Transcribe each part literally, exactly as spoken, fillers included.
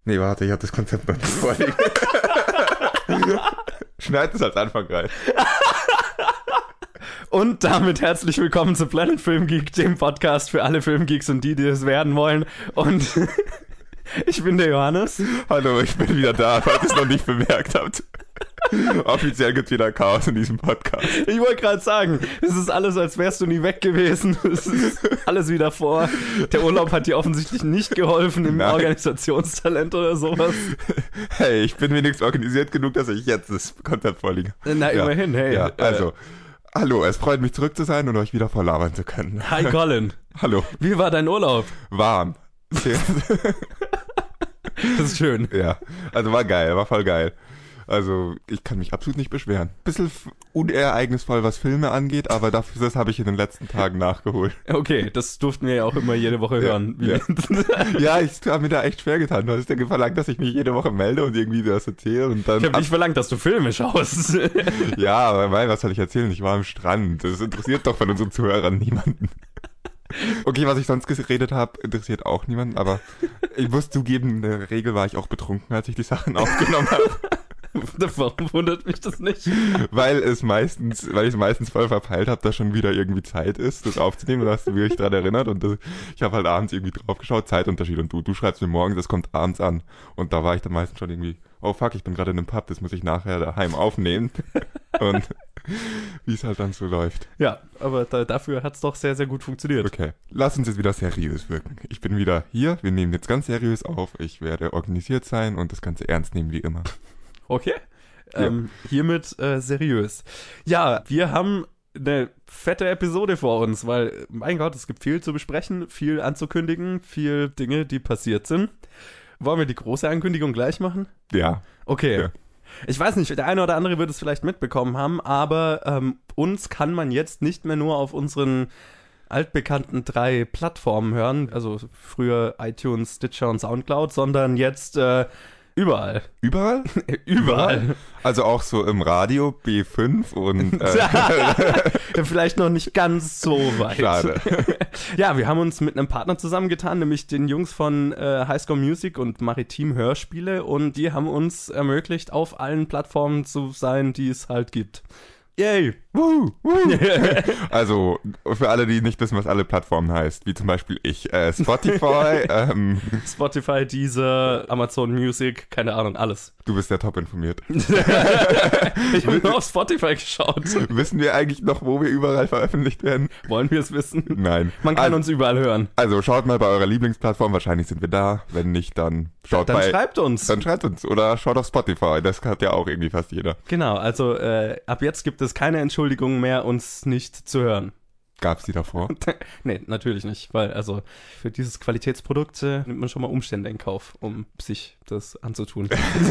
Nee, warte, ich hab das Konzept noch nicht vorliegen. Schneid es als Anfang rein. Und damit herzlich willkommen zu Planet Film Geek, dem Podcast für alle Filmgeeks und die, die es werden wollen. Und ich bin der Johannes. Hallo, ich bin wieder da, falls ihr es noch nicht bemerkt habt. Offiziell gibt es wieder Chaos in diesem Podcast. Ich wollte gerade sagen, es ist alles, als wärst du nie weg gewesen. Es ist alles wieder vor. Der Urlaub hat dir offensichtlich nicht geholfen im Nein. Organisationstalent oder sowas. Hey, ich bin wenigstens organisiert genug, dass ich jetzt das Konzept vorliege. Na, Ja. immerhin, hey. Ja, also, Äh, hallo, es freut mich zurück zu sein und euch wieder volllabern zu können. hi Colin, Hallo, wie war dein Urlaub? warm. Das ist schön. Ja, also war geil, war voll geil. Also, ich kann mich absolut nicht beschweren. Bisschen f- unereignisvoll, was Filme angeht, aber dafür das habe ich in den letzten Tagen nachgeholt. Okay, das durften wir ja auch immer jede Woche Ja, hören. Wie ja. Ja, ich habe mir da echt schwer getan. Du hast ja verlangt, dass ich mich jede Woche melde und irgendwie das erzähle und dann... Ich habe nicht verlangt, dass du Filme schaust. Ja, aber weil, was soll ich erzählen? Ich war am Strand. Das interessiert doch von unseren Zuhörern niemanden. Okay, was ich sonst geredet habe, interessiert auch niemanden, aber ich muss zugeben, in der Regel war ich auch betrunken, als ich die Sachen aufgenommen habe. Warum wundert mich das nicht? Weil es meistens, weil ich es meistens voll verpeilt habe, dass schon wieder irgendwie Zeit ist, das aufzunehmen. Da hast du mich dran erinnert und das, ich habe halt abends irgendwie drauf geschaut, Zeitunterschied. Und du, du schreibst mir morgens, das kommt abends an. Und da war ich dann meistens schon irgendwie, oh fuck, ich bin gerade in einem Pub, das muss ich nachher daheim aufnehmen. Und wie es halt dann so läuft. Ja, aber da, dafür hat es doch sehr, sehr gut funktioniert. Okay, lass uns jetzt wieder seriös wirken. Ich bin wieder hier, wir nehmen jetzt ganz seriös auf. Ich werde organisiert sein und das Ganze ernst nehmen wie immer. Okay. Ja. Ähm, hiermit äh, seriös. Ja, wir haben eine fette Episode vor uns, weil, mein Gott, es gibt viel zu besprechen, viel anzukündigen, viel Dinge, die passiert sind. Wollen wir die große Ankündigung gleich machen? Ja. Okay. Ja. Ich weiß nicht, der eine oder andere wird es vielleicht mitbekommen haben, aber ähm, uns kann man jetzt nicht mehr nur auf unseren altbekannten drei Plattformen hören, also früher iTunes, Stitcher und Soundcloud, sondern jetzt äh, überall. Überall? Überall. Also auch so im Radio B fünf und äh, Vielleicht noch nicht ganz so weit. Schade. Ja, wir haben uns mit einem Partner zusammengetan, nämlich den Jungs von äh, High Score Music und Maritim Hörspiele, und die haben uns ermöglicht, auf allen Plattformen zu sein, die es halt gibt. Yay! Wuhu, wuhu. Also für alle, die nicht wissen, was alle Plattformen heißt, wie zum Beispiel ich, äh, Spotify, ähm, Spotify, Deezer, Amazon Music, keine Ahnung, alles. du bist ja top informiert. Ich habe nur auf Spotify geschaut. Wissen wir eigentlich noch, wo wir überall veröffentlicht werden? Wollen wir es wissen? Nein. Man kann also, uns überall hören. also schaut mal bei eurer Lieblingsplattform, wahrscheinlich sind wir da. Wenn nicht, dann schaut Dann bei... schreibt uns. Dann schreibt uns oder schaut auf Spotify, das hat ja auch irgendwie fast jeder. Genau, also äh, ab jetzt gibt es keine Entschuldigung mehr, uns nicht zu hören. Gab's die davor? Nee, natürlich nicht, weil also für dieses Qualitätsprodukt äh, nimmt man schon mal Umstände in Kauf, um sich das anzutun.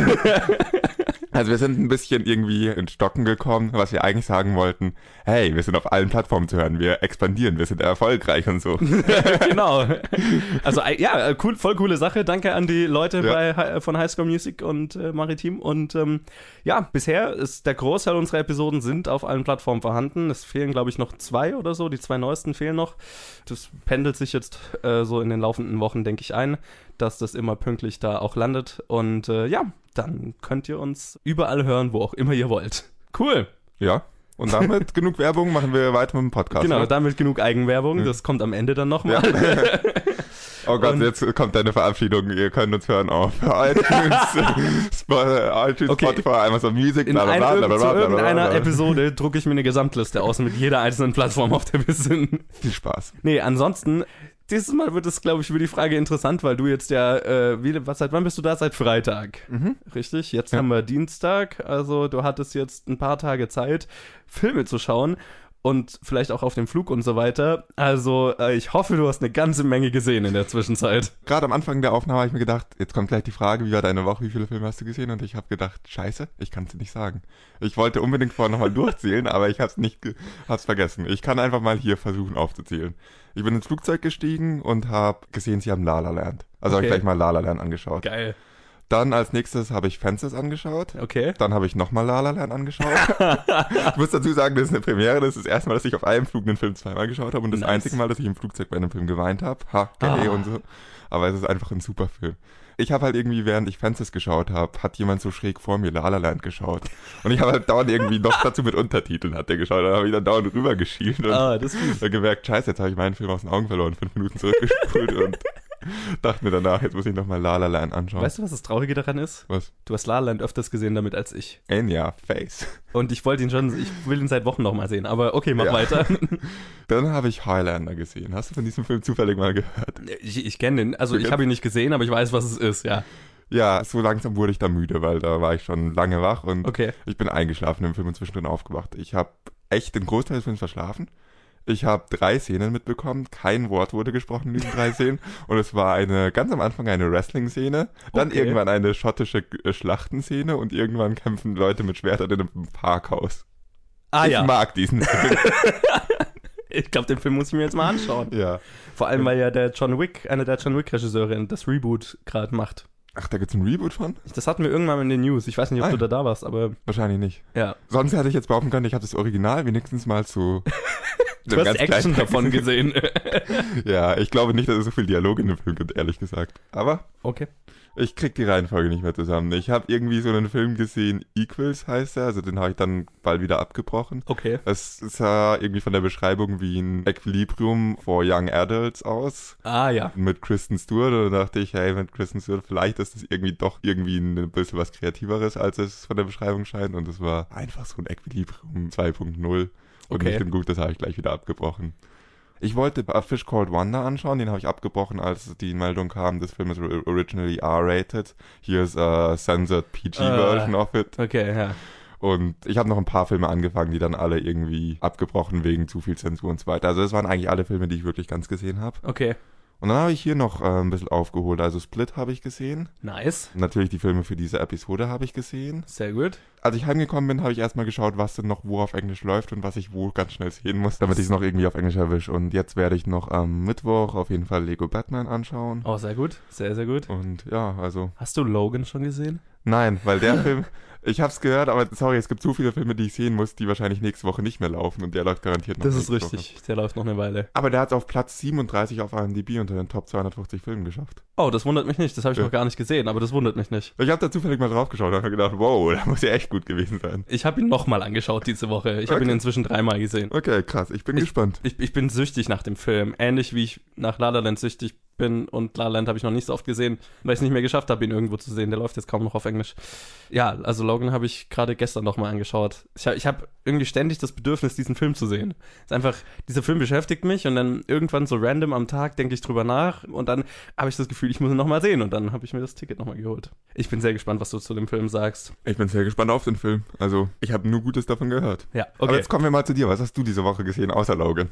Also wir sind ein bisschen irgendwie in Stocken gekommen, was wir eigentlich sagen wollten, hey, wir sind auf allen Plattformen zu hören, wir expandieren, wir sind erfolgreich und so. Genau. Also äh, ja, äh, cool, voll coole Sache. Danke an die Leute Ja. bei, Hi- von High Score Music und äh, Maritim. Und ähm, ja, bisher ist der Großteil unserer Episoden sind auf allen Plattformen vorhanden. Es fehlen, glaube ich, noch zwei oder so. Die zwei neuesten fehlen noch. Das pendelt sich jetzt äh, so in den laufenden Wochen, denke ich, ein, dass das immer pünktlich da auch landet. Und äh, ja, dann könnt ihr uns überall hören, wo auch immer ihr wollt. Cool. Ja, und damit genug Werbung, machen wir weiter mit dem Podcast. Genau, oder? damit genug Eigenwerbung. Das kommt am Ende dann nochmal. Oh Gott, Und- jetzt kommt deine Verabschiedung, ihr könnt uns hören auf iTunes, Sp- iTunes Okay. Spotify, Amazon Music, In bla bla ein, bla bla bla zu bla bla irgendeiner bla. Episode drucke ich mir eine Gesamtliste aus mit jeder einzelnen Plattform, auf der wir sind. Viel Spaß. Nee, ansonsten, dieses Mal wird es, glaube ich, für die Frage interessant, weil du jetzt ja, äh, wie, was, seit wann bist du da? Seit Freitag. Mhm. Richtig? Jetzt Ja. haben wir Dienstag, also du hattest jetzt ein paar Tage Zeit, Filme zu schauen. Und vielleicht auch auf dem Flug und so weiter. Also, äh, ich hoffe, du hast eine ganze Menge gesehen in der Zwischenzeit. Gerade am Anfang der Aufnahme habe ich mir gedacht, jetzt kommt gleich die Frage, wie war deine Woche, wie viele Filme hast du gesehen? Und ich habe gedacht, scheiße, ich kann es dir nicht sagen. Ich wollte unbedingt vorher nochmal durchzählen, aber ich habe es nicht, ge- hab's vergessen. Ich kann einfach mal hier versuchen aufzuzählen. Ich bin ins Flugzeug gestiegen und habe gesehen, sie haben La La Land. Also habe Okay. ich gleich mal La La Land angeschaut. Geil. Dann als nächstes habe ich Fences angeschaut. Okay. Dann habe ich nochmal La La Land angeschaut. Ich muss dazu sagen, das ist eine Premiere. Das ist das erste Mal, dass ich auf einem Flug einen Film zweimal geschaut habe und das Nice. einzige Mal, dass ich im Flugzeug bei einem Film geweint habe. Ha, gay Ah. und so. Aber es ist einfach ein super Film. Ich habe halt irgendwie, während ich Fences geschaut habe, hat jemand so schräg vor mir La La Land geschaut. Und ich habe halt dauernd irgendwie noch dazu mit Untertiteln hat der geschaut. Dann habe ich dann dauernd rübergeschielt und Ah, das ist gut. gemerkt, scheiße, jetzt habe ich meinen Film aus den Augen verloren, fünf Minuten zurückgespult und dachte mir danach, jetzt muss ich nochmal La La Land anschauen. Weißt du, was das Traurige daran ist? Was? Du hast La La Land öfters gesehen damit als ich. Enya, Face. Und ich wollte ihn schon, ich will ihn seit Wochen nochmal sehen. Aber okay, mach Ja. weiter. Dann habe ich Highlander gesehen. Hast du von diesem Film zufällig mal gehört? Ich, ich kenne den, also Du ich kennst- habe ihn nicht gesehen, aber ich weiß, was es ist, ja. Ja, so langsam wurde ich da müde, weil da war ich schon lange wach und Okay. ich bin eingeschlafen im Film und zwischendrin aufgewacht. Ich habe echt den Großteil des Films verschlafen. Ich habe drei Szenen mitbekommen, kein Wort wurde gesprochen in diesen drei Szenen und es war eine, ganz am Anfang eine Wrestling-Szene, dann Okay. irgendwann eine schottische äh, Schlachtenszene und irgendwann kämpfen Leute mit Schwertern in einem Parkhaus. Ah ich ja, mag diesen Film. ich glaube, den Film muss ich mir jetzt mal anschauen. Ja. Vor allem, weil ja der John Wick, einer der John Wick-Regisseure, das Reboot gerade macht. Ach, da gibt's ein Reboot von? Das hatten wir irgendwann in den News. Ich weiß nicht, ob Ah, du ja. da da warst, aber Wahrscheinlich nicht. ja. Sonst hätte ich jetzt behaupten können, ich habe das Original wenigstens mal zu... Du hast Action davon gesehen. Ja, ich glaube nicht, dass es so viel Dialog in dem Film gibt, ehrlich gesagt. Aber Okay. ich krieg die Reihenfolge nicht mehr zusammen. Ich habe irgendwie so einen Film gesehen, Equals heißt er, also den habe ich dann bald wieder abgebrochen. Okay. Es sah irgendwie von der Beschreibung wie ein Equilibrium for Young Adults aus. Ah ja. Mit Kristen Stewart und da dachte ich, hey, mit Kristen Stewart, vielleicht ist das irgendwie doch irgendwie ein bisschen was Kreativeres, als es von der Beschreibung scheint. Und es war einfach so ein Equilibrium zwei Punkt null. Und Okay. nicht im Gut, das habe ich gleich wieder abgebrochen. Ich wollte A Fish Called Wanda anschauen, den habe ich abgebrochen, als die Meldung kam, das Film ist originally R-rated. Hier ist a censored P G-Version Ah. of it. Okay, ja. Und ich habe noch ein paar Filme angefangen, die dann alle irgendwie abgebrochen wegen zu viel Zensur und so weiter. Also das waren eigentlich alle Filme, die ich wirklich ganz gesehen habe. Okay. Und dann habe ich hier noch äh, ein bisschen aufgeholt. Also Split habe ich gesehen. Nice. Natürlich die Filme für diese Episode habe ich gesehen. Sehr gut. Als ich heimgekommen bin, habe ich erstmal geschaut, was denn noch wo auf Englisch läuft und was ich wo ganz schnell sehen muss, damit ich es noch irgendwie auf Englisch erwische. Und jetzt werde ich noch am Mittwoch auf jeden Fall Lego Batman anschauen. Oh, sehr gut. Sehr, sehr gut. Und ja, also Hast du Logan schon gesehen? nein, weil der Film, ich habe es gehört, aber sorry, es gibt so viele Filme, die ich sehen muss, die wahrscheinlich nächste Woche nicht mehr laufen und der läuft garantiert noch Das ist nächste Woche. richtig. Der läuft noch eine Weile. Aber der hat es auf Platz siebenunddreißig auf I M D B unter den Top zweihundertfünfzig Filmen geschafft. Oh, das wundert mich nicht. Das habe ich Ja. noch gar nicht gesehen, aber das wundert mich nicht. Ich habe da zufällig mal drauf geschaut und habe gedacht, wow, da muss ja echt gut gewesen sein. Ich habe ihn nochmal angeschaut diese Woche. Ich habe ihn Okay. inzwischen dreimal gesehen. Okay, krass, ich bin gespannt. Ich, ich bin süchtig nach dem Film. Ähnlich wie ich nach La La Land süchtig bin. Und La La Land habe ich noch nicht so oft gesehen, weil ich es nicht mehr geschafft habe, ihn irgendwo zu sehen. Der läuft jetzt kaum noch auf Englisch. Ja, also Logan habe ich gerade gestern nochmal angeschaut. Ich, hab- ich habe irgendwie ständig das Bedürfnis, diesen Film zu sehen. Es ist einfach, dieser Film beschäftigt mich und dann irgendwann so random am Tag denke ich drüber nach und dann habe ich das Gefühl, ich muss ihn nochmal sehen und dann habe ich mir das Ticket nochmal geholt. Ich bin sehr gespannt, was du zu dem Film sagst. Ich bin sehr gespannt auf den Film. Also, ich habe nur Gutes davon gehört. Ja, Aber okay. jetzt kommen wir mal zu dir. Was hast du diese Woche gesehen, außer Logan?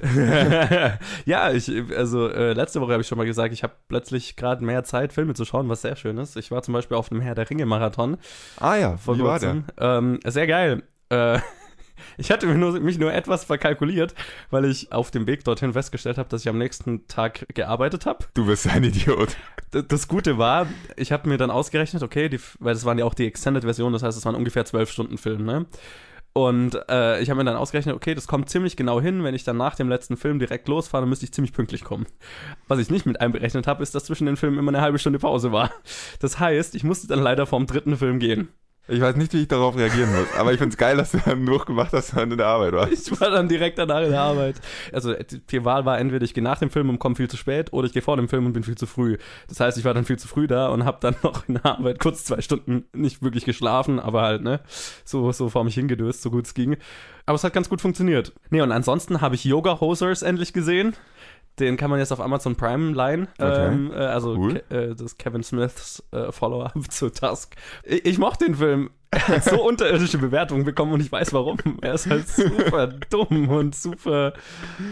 Ja, ich, also äh, letzte Woche habe ich schon mal gesagt, ich habe plötzlich gerade mehr Zeit, Filme zu schauen, was sehr schön ist. Ich war zum Beispiel auf einem Herr der Ringe-Marathon Ah ja, vor wie war der? kurzem. Ähm, sehr geil. Äh, ich hatte mich nur, mich nur etwas verkalkuliert, weil ich auf dem Weg dorthin festgestellt habe, dass ich am nächsten Tag gearbeitet habe. Du bist ein Idiot. D- Das Gute war, ich habe mir dann ausgerechnet, okay, die, weil das waren ja auch die Extended-Version, das heißt, es waren ungefähr zwölf Stunden Film, ne? Und äh, ich habe mir dann ausgerechnet, okay, das kommt ziemlich genau hin, wenn ich dann nach dem letzten Film direkt losfahre, dann müsste ich ziemlich pünktlich kommen. Was ich nicht mit einberechnet habe, ist, dass zwischen den Filmen immer eine halbe Stunde Pause war. Das heißt, ich musste dann leider vom dritten Film gehen. Ich weiß nicht, wie ich darauf reagieren muss, aber ich find's geil, dass du dann durchgemacht hast, wenn du in der Arbeit warst. Ich war dann direkt danach in der Arbeit. Also die Wahl war entweder ich gehe nach dem Film und komme viel zu spät oder ich gehe vor dem Film und bin viel zu früh. Das heißt, ich war dann viel zu früh da und habe dann noch in der Arbeit kurz zwei Stunden nicht wirklich geschlafen, aber halt, ne, so, so vor mich hingedöst, so gut es ging. Aber es hat ganz gut funktioniert. Nee, und ansonsten habe ich Yoga Hosers endlich gesehen. Den kann man jetzt auf Amazon Prime leihen. Okay. Ähm, äh, also Cool. Ke äh, das Kevin Smiths äh, Follow-up zu Tusk. Ich, ich mochte den Film. Er hat so unterirdische Bewertungen bekommen und ich weiß warum. Er ist halt super dumm und super.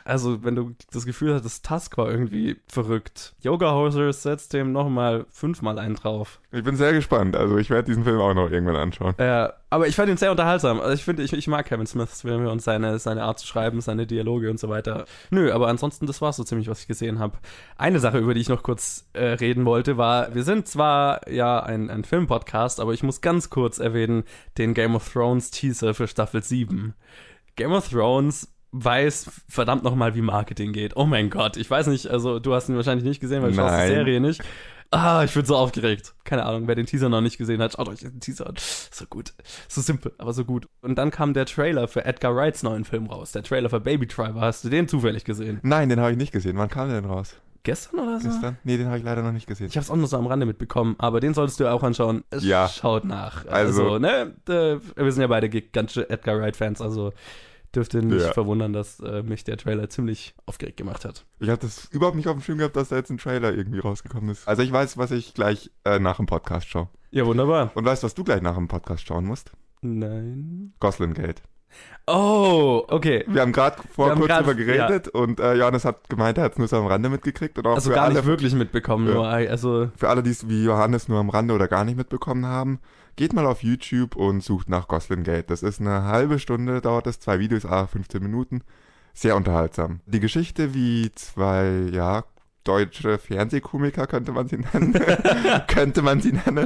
also wenn du das Gefühl hattest, Tusk war irgendwie verrückt. Yoga Hosers setzt dem nochmal fünfmal einen drauf. Ich bin sehr gespannt. Also ich werde diesen Film auch noch irgendwann anschauen. Ja, aber ich fand ihn sehr unterhaltsam. Also ich finde, ich, ich mag Kevin Smiths Filme und seine, seine Art zu schreiben, seine Dialoge und so weiter. Nö, aber ansonsten, das war so ziemlich, was ich gesehen habe. Eine Sache, über die ich noch kurz äh, reden wollte, war, wir sind zwar ja ein, ein Filmpodcast, aber ich muss ganz kurz erwähnen, den Game of Thrones Teaser für Staffel sieben. Game of Thrones weiß verdammt nochmal, wie Marketing geht. Oh mein Gott, ich weiß nicht, also du hast ihn wahrscheinlich nicht gesehen, weil du schaust die Serie nicht. Ah, ich bin so aufgeregt. Keine Ahnung, wer den Teaser noch nicht gesehen hat, schaut euch den Teaser an. So gut. So simpel, aber so gut. Und dann kam der Trailer für Edgar Wrights neuen Film raus. Der Trailer für Baby Driver. Hast du den zufällig gesehen? Nein, den habe ich nicht gesehen. Wann kam der denn raus? Gestern oder so? Gestern? Nee, den habe ich leider noch nicht gesehen. Ich habe es auch nur so am Rande mitbekommen, aber den solltest du auch anschauen. Ja. Schaut nach. Also, also ne, wir sind ja beide gigantische Edgar Wright-Fans, also dürfte nicht ja. verwundern, dass äh, mich der Trailer ziemlich aufgeregt gemacht hat. Ich habe das überhaupt nicht auf dem Schirm gehabt, dass da jetzt ein Trailer irgendwie rausgekommen ist. Also ich weiß, was ich gleich äh, nach dem Podcast schaue. Ja, wunderbar. Und weißt du, was du gleich nach dem Podcast schauen musst? Nein. Gosling Gate. Oh, okay. Wir haben gerade vor kurz grad, drüber geredet ja. und äh, Johannes hat gemeint, er hat es nur so am Rande mitgekriegt. Und auch Also für gar alle, nicht wirklich mitbekommen, ja. nur also Für alle, die es wie Johannes nur am Rande oder gar nicht mitbekommen haben, geht mal auf YouTube und sucht nach Gosling Gate. Das ist eine halbe Stunde, dauert es, zwei Videos, ah, fünfzehn Minuten. Sehr unterhaltsam. Die Geschichte, wie zwei, ja, deutsche Fernsehkomiker, könnte man sie nennen, könnte man sie nennen,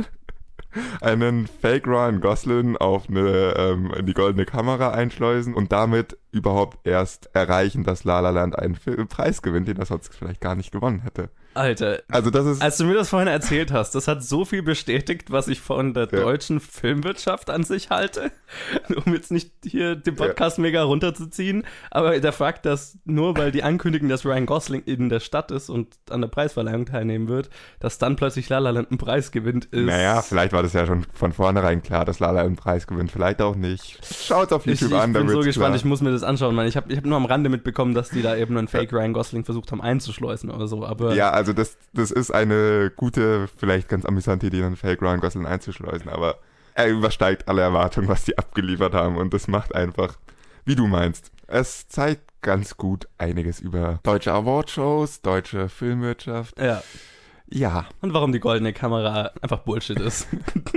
einen Fake Ryan Gosling auf eine, ähm, in die goldene Kamera einschleusen und damit überhaupt erst erreichen, dass La La Land einen Film Preis gewinnt, den er sonst vielleicht gar nicht gewonnen hätte. Alter, also das ist, als du mir das vorhin erzählt hast, das hat so viel bestätigt, was ich von der ja. deutschen Filmwirtschaft an sich halte, um jetzt nicht hier den Podcast ja. mega runterzuziehen, aber der Fakt, dass nur weil die ankündigen, dass Ryan Gosling in der Stadt ist und an der Preisverleihung teilnehmen wird, dass dann plötzlich La La Land einen Preis gewinnt, ist... Naja, vielleicht war das ja schon von vornherein klar, dass La La Land einen Preis gewinnt, vielleicht auch nicht. Schaut auf YouTube ich, ich an, da Ich bin so gespannt, klar. Ich muss mir das anschauen, man. Ich habe ich hab nur am Rande mitbekommen, dass die da eben einen Fake Ryan Gosling versucht haben einzuschleusen oder so, aber... Ja, also das, das ist eine gute, vielleicht ganz amüsante Idee, einen Fake Ryan Gosling einzuschleusen, aber er übersteigt alle Erwartungen, was die abgeliefert haben und das macht einfach, wie du meinst. Es zeigt ganz gut einiges über deutsche Awardshows, deutsche Filmwirtschaft. Ja. Ja. Und warum die goldene Kamera einfach Bullshit ist.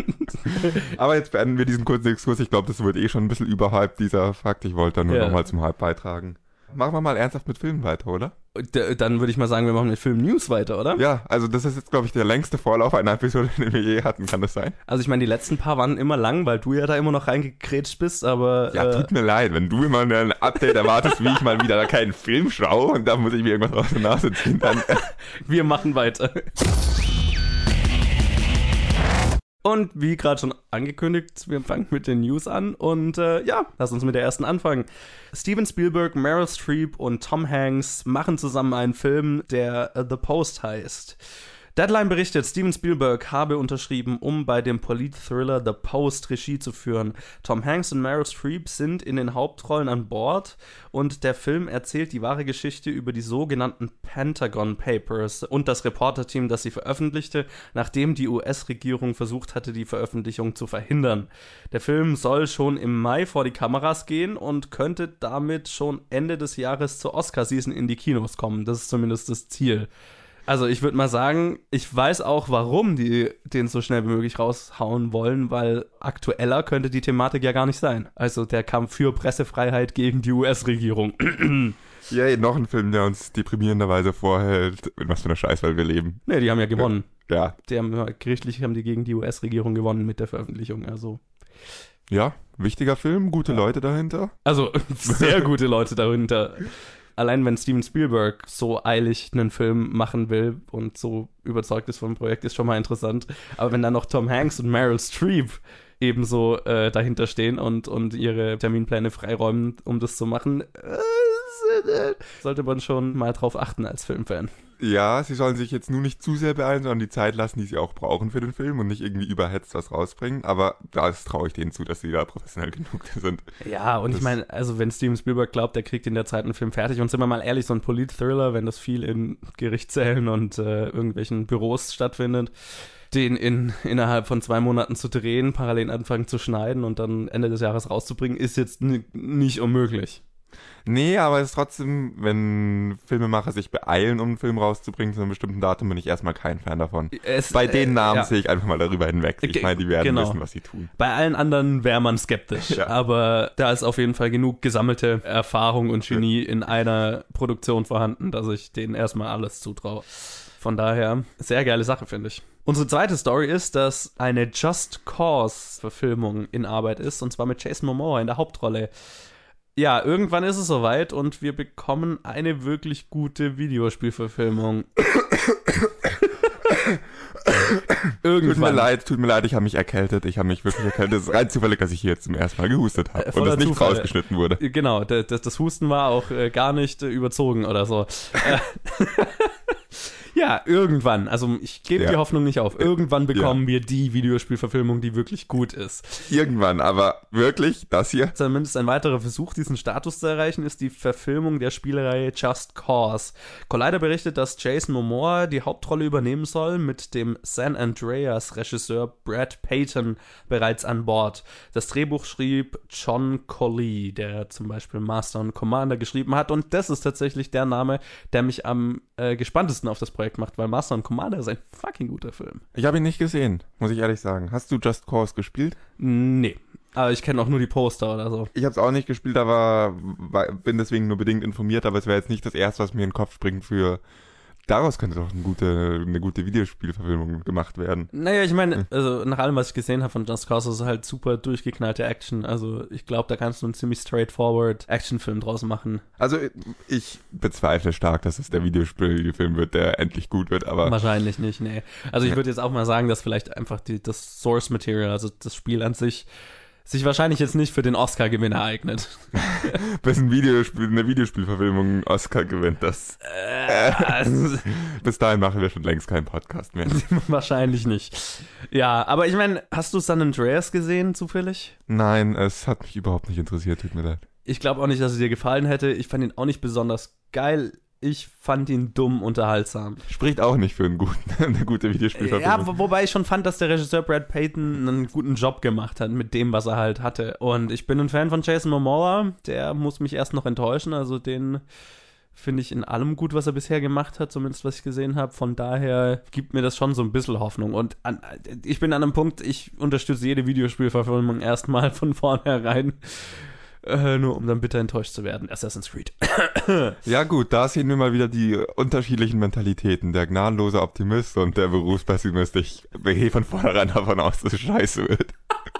Aber jetzt beenden wir diesen kurzen Exkurs. Ich glaube, das wird eh schon ein bisschen überhyped, dieser Fakt. Ich wollte da nur ja. nochmal zum Hype beitragen. Machen wir mal ernsthaft mit Filmen weiter, oder? D- dann würde ich mal sagen, wir machen mit Film-News weiter, oder? Ja, also das ist jetzt, glaube ich, der längste Vorlauf einer Episode, den wir je hatten. Kann das sein? Also ich meine, die letzten paar waren immer lang, weil du ja da immer noch reingekrätscht bist, aber... Ja, äh, tut mir leid, wenn du immer ein Update erwartest, wie ich mal wieder keinen Film schaue und da muss ich mir irgendwas aus der Nase ziehen, dann... wir machen weiter. Und wie gerade schon angekündigt, wir fangen mit den News an und äh, ja, lass uns mit der ersten anfangen. Steven Spielberg, Meryl Streep und Tom Hanks machen zusammen einen Film, der uh, The Post heißt. Deadline berichtet, Steven Spielberg habe unterschrieben, um bei dem Polit-Thriller The Post Regie zu führen. Tom Hanks und Meryl Streep sind in den Hauptrollen an Bord und der Film erzählt die wahre Geschichte über die sogenannten Pentagon Papers und das Reporterteam, das sie veröffentlichte, nachdem die U S-Regierung versucht hatte, die Veröffentlichung zu verhindern. Der Film soll schon im Mai vor die Kameras gehen und könnte damit schon Ende des Jahres zur Oscar-Season in die Kinos kommen. Das ist zumindest das Ziel. Also ich würde mal sagen, ich weiß auch, warum die den so schnell wie möglich raushauen wollen, weil aktueller könnte die Thematik ja gar nicht sein. Also der Kampf für Pressefreiheit gegen die U S-Regierung. Yay, noch ein Film, der uns deprimierenderweise vorhält, in was für einer Scheißwelt wir leben. Nee, die haben ja gewonnen. Ja. Die haben, gerichtlich haben die gegen die U S-Regierung gewonnen mit der Veröffentlichung, also... Ja, wichtiger Film, gute ja. Leute dahinter. Also sehr gute Leute dahinter. Allein wenn Steven Spielberg so eilig einen Film machen will und so überzeugt ist vom Projekt, ist schon mal interessant. Aber wenn dann noch Tom Hanks und Meryl Streep ebenso äh, dahinter stehen und, und ihre Terminpläne freiräumen, um das zu machen, äh, sollte man schon mal drauf achten als Filmfan. Ja, sie sollen sich jetzt nur nicht zu sehr beeilen, sondern die Zeit lassen, die sie auch brauchen für den Film und nicht irgendwie überhetzt was rausbringen. Aber da traue ich denen zu, dass sie da professionell genug sind. Ja, und das ich meine, also wenn Steven Spielberg glaubt, der kriegt in der Zeit einen Film fertig, und sind wir mal ehrlich, so ein Polit-Thriller, wenn das viel in Gerichtssälen und äh, irgendwelchen Büros stattfindet, den in, innerhalb von zwei Monaten zu drehen, parallel anfangen zu schneiden und dann Ende des Jahres rauszubringen, ist jetzt n- nicht unmöglich. Nee, aber es ist trotzdem, wenn Filmemacher sich beeilen, um einen Film rauszubringen zu einem bestimmten Datum, bin ich erstmal kein Fan davon. Es, Bei den Namen äh, ja. sehe ich einfach mal darüber hinweg. Ich Ge- meine, die werden genau. wissen, was sie tun. Bei allen anderen wäre man skeptisch, Ja. aber da ist auf jeden Fall genug gesammelte Erfahrung und Genie in einer Produktion vorhanden, dass ich denen erstmal alles zutraue. Von daher, sehr geile Sache, finde ich. Unsere zweite Story ist, dass eine Just Cause-Verfilmung in Arbeit ist, und zwar mit Jason Momoa in der Hauptrolle. Ja, irgendwann ist es soweit und wir bekommen eine wirklich gute Videospielverfilmung. Irgendwann. Tut mir leid, tut mir leid, ich habe mich erkältet. Ich habe mich wirklich erkältet. Es ist rein zufällig, dass ich hier jetzt zum ersten Mal gehustet habe Äh, und voller das nicht Zufall. rausgeschnitten wurde. Genau, das, das Husten war auch äh, gar nicht äh, überzogen oder so. Äh, ja, irgendwann. Also ich gebe Ja. die Hoffnung nicht auf. Irgendwann bekommen wir die Videospielverfilmung, die wirklich gut ist. Irgendwann, aber wirklich, das hier? Zumindest ein weiterer Versuch, diesen Status zu erreichen, ist die Verfilmung der Spielereihe Just Cause. Collider berichtet, dass Jason Momoa die Hauptrolle übernehmen soll, mit dem San Andreas-Regisseur Brad Payton bereits an Bord. Das Drehbuch schrieb John Colley, der zum Beispiel Master und Commander geschrieben hat, und das ist tatsächlich der Name, der mich am äh, gespanntesten auf das Projekt macht, weil Master und Commander ist ein fucking guter Film. Ich habe ihn nicht gesehen, muss ich ehrlich sagen. Hast du Just Cause gespielt? Nee, aber ich kenne auch nur die Poster oder so. Ich habe es auch nicht gespielt, aber war- bin deswegen nur bedingt informiert, aber es wäre jetzt nicht das Erste, was mir in den Kopf springt für... Daraus könnte doch eine gute, eine gute Videospielverfilmung gemacht werden. Naja, ich meine, also nach allem, was ich gesehen habe von Just Cause, ist es halt super durchgeknallte Action. Also ich glaube, da kannst du einen ziemlich straightforward Actionfilm draus machen. Also ich bezweifle stark, dass es der Videospielfilm wird, der endlich gut wird, aber Wahrscheinlich nicht, nee. Also ich Ja. würde jetzt auch mal sagen, dass vielleicht einfach die, das Source Material, also das Spiel an sich, sich wahrscheinlich jetzt nicht für den Oscar-Gewinner eignet. bis ein Videospiel, eine Videospielverfilmung einen Oscar gewinnt, das Äh, bis dahin machen wir schon längst keinen Podcast mehr. wahrscheinlich nicht. Ja, aber ich meine, hast du San Andreas gesehen, zufällig? Nein, es hat mich überhaupt nicht interessiert, tut mir leid. Ich glaube auch nicht, dass es dir gefallen hätte. Ich fand ihn auch nicht besonders geil. Ich fand ihn dumm unterhaltsam. Spricht auch nicht für einen guten, eine gute Videospielverfilmung. Ja, wo, wobei ich schon fand, dass der Regisseur Brad Payton einen guten Job gemacht hat mit dem, was er halt hatte. Und ich bin ein Fan von Jason Momoa. Der muss mich erst noch enttäuschen. Also den finde ich in allem gut, was er bisher gemacht hat, zumindest was ich gesehen habe. Von daher gibt mir das schon so ein bisschen Hoffnung. Und an, ich bin an einem Punkt, ich unterstütze jede Videospielverfilmung erstmal von vornherein. Äh, nur um dann bitter enttäuscht zu werden. Assassin's Creed. Ja gut, da sehen wir mal wieder die unterschiedlichen Mentalitäten. Der gnadenlose Optimist und der Berufspessimist. Ich gehe von vornherein davon aus, dass es scheiße wird.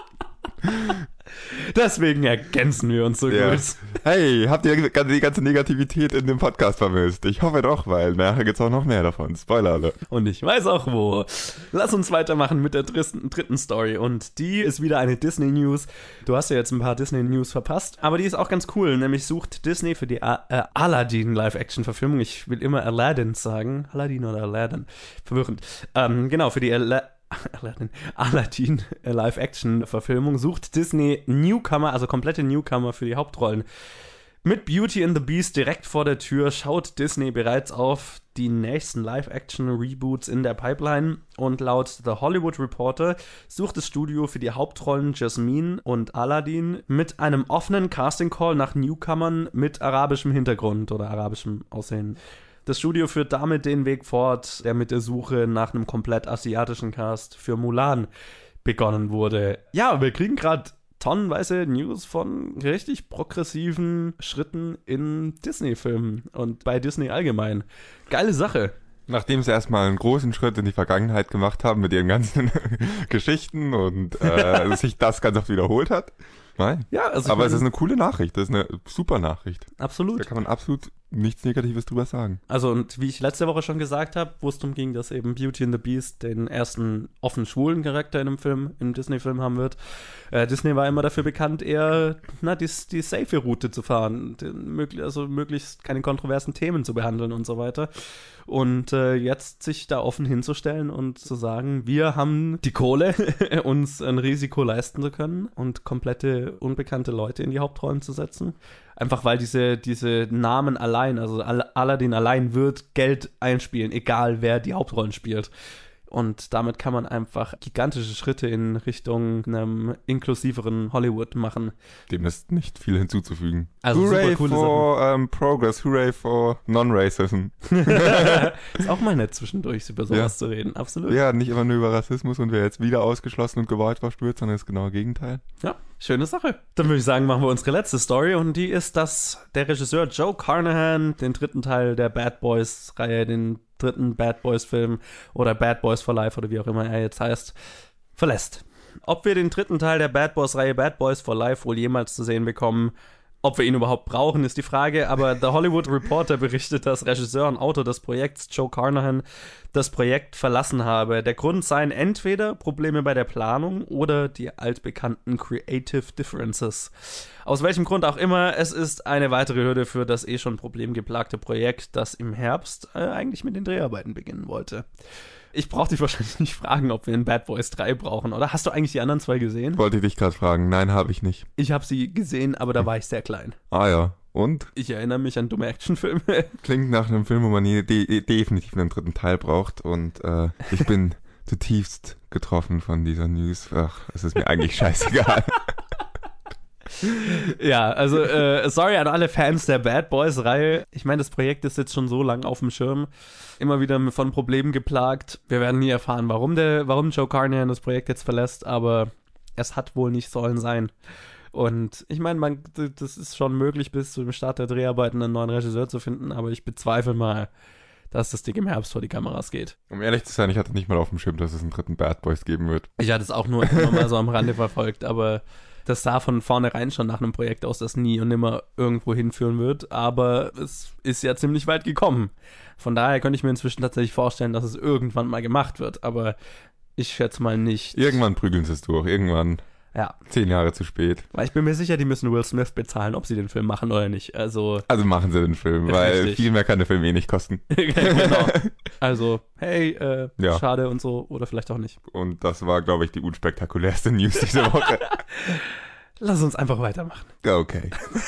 Deswegen ergänzen wir uns so Ja. gut. Hey, habt ihr die ganze Negativität in dem Podcast vermisst? Ich hoffe doch, weil nachher gibt's auch noch mehr davon. Spoiler alle. Und ich weiß auch wo. Lass uns weitermachen mit der dritten, dritten Story. Und die ist wieder eine Disney-News. Du hast ja jetzt ein paar Disney-News verpasst. Aber die ist auch ganz cool. Nämlich sucht Disney für die A- äh, Aladdin-Live-Action-Verfilmung. Ich will immer Aladdin sagen. Aladdin oder Aladdin. Verwirrend. Ähm, genau, für die Ala- Aladdin, Aladdin äh, Live-Action-Verfilmung sucht Disney Newcomer, also komplette Newcomer für die Hauptrollen. Mit Beauty and the Beast direkt vor der Tür schaut Disney bereits auf die nächsten Live-Action-Reboots in der Pipeline, und laut The Hollywood Reporter sucht das Studio für die Hauptrollen Jasmine und Aladdin mit einem offenen Casting-Call nach Newcomern mit arabischem Hintergrund oder arabischem Aussehen. Das Studio führt damit den Weg fort, der mit der Suche nach einem komplett asiatischen Cast für Mulan begonnen wurde. Ja, wir kriegen gerade tonnenweise News von richtig progressiven Schritten in Disney-Filmen und bei Disney allgemein. Geile Sache. Nachdem sie erstmal einen großen Schritt in die Vergangenheit gemacht haben mit ihren ganzen Geschichten und äh, sich das ganz oft wiederholt hat. Nein. Ja, also ich Aber es mein, ist eine coole Nachricht, das ist eine super Nachricht. Da absolut. kann man absolut nichts Negatives drüber sagen. Also, und wie ich letzte Woche schon gesagt habe, wo es darum ging, dass eben Beauty and the Beast den ersten offen schwulen Charakter in einem Film, im Disney-Film haben wird. Äh, Disney war immer dafür bekannt, eher na, die, die safe Route zu fahren, den, möglich, also möglichst keine kontroversen Themen zu behandeln und so weiter. Und äh, jetzt sich da offen hinzustellen und zu sagen, wir haben die Kohle, uns ein Risiko leisten zu können und komplette unbekannte Leute in die Hauptrollen zu setzen. Einfach weil diese, diese Namen allein, also Al- Aladdin allein wird Geld einspielen, egal wer die Hauptrollen spielt. Und damit kann man einfach gigantische Schritte in Richtung einem inklusiveren Hollywood machen. Dem ist nicht viel hinzuzufügen. Also hooray super coole for um, Progress, hooray for Non-Racism. Ist auch mal nett zwischendurch über sowas Ja. zu reden, absolut. Ja, nicht immer nur über Rassismus und wer jetzt wieder ausgeschlossen und gewollt wird, sondern das genaue Gegenteil. Ja, schöne Sache. Dann würde ich sagen, machen wir unsere letzte Story und die ist, dass der Regisseur Joe Carnahan den dritten Teil der Bad Boys-Reihe, den dritten Bad Boys-Film oder Bad Boys for Life oder wie auch immer er jetzt heißt, verlässt. Ob wir den dritten Teil der Bad Boys-Reihe Bad Boys for Life wohl jemals zu sehen bekommen, ob wir ihn überhaupt brauchen, ist die Frage, aber The Hollywood Reporter berichtet, dass Regisseur und Autor des Projekts Joe Carnahan das Projekt verlassen habe. Der Grund seien entweder Probleme bei der Planung oder die altbekannten Creative Differences. Aus welchem Grund auch immer, es ist eine weitere Hürde für das eh schon problemgeplagte Projekt, das im Herbst äh, eigentlich mit den Dreharbeiten beginnen wollte. Ich brauche dich wahrscheinlich nicht fragen, ob wir in Bad Boys drei brauchen, oder? Hast du eigentlich die anderen zwei gesehen? Wollte ich dich gerade fragen. Nein, habe ich nicht. Ich habe sie gesehen, aber da war ich sehr klein. Ah ja. Und? Ich erinnere mich an dumme Actionfilme. Klingt nach einem Film, wo man de de definitiv einen dritten Teil braucht. Und äh, ich bin zutiefst getroffen von dieser News. Ach, es ist mir eigentlich scheißegal. Ja, also äh, sorry an alle Fans der Bad Boys-Reihe. Ich meine, das Projekt ist jetzt schon so lang auf dem Schirm, immer wieder von Problemen geplagt. Wir werden nie erfahren, warum, der, warum Joe Carnahan das Projekt jetzt verlässt, aber es hat wohl nicht sollen sein. Und ich meine, man, das ist schon möglich, bis zu dem Start der Dreharbeiten einen neuen Regisseur zu finden, aber ich bezweifle mal, dass das Ding im Herbst vor die Kameras geht. Um ehrlich zu sein, ich hatte nicht mal auf dem Schirm, dass es einen dritten Bad Boys geben wird. Ich hatte es auch nur immer mal so am Rande verfolgt, aber das sah von vornherein schon nach einem Projekt aus, das nie und nimmer irgendwo hinführen wird, aber es ist ja ziemlich weit gekommen. Von daher könnte ich mir inzwischen tatsächlich vorstellen, dass es irgendwann mal gemacht wird, aber ich schätze mal nicht. Irgendwann prügeln sie es durch, irgendwann. Ja. Zehn Jahre zu spät. Weil ich bin mir sicher, die müssen Will Smith bezahlen, ob sie den Film machen oder nicht. Also, Also machen sie den Film, weil Richtig. viel mehr kann der Film eh nicht kosten. genau. Also, hey, äh, Ja. schade und so, oder vielleicht auch nicht. Und das war, glaube ich, die unspektakulärste News diese Woche. Lass uns einfach weitermachen. Okay.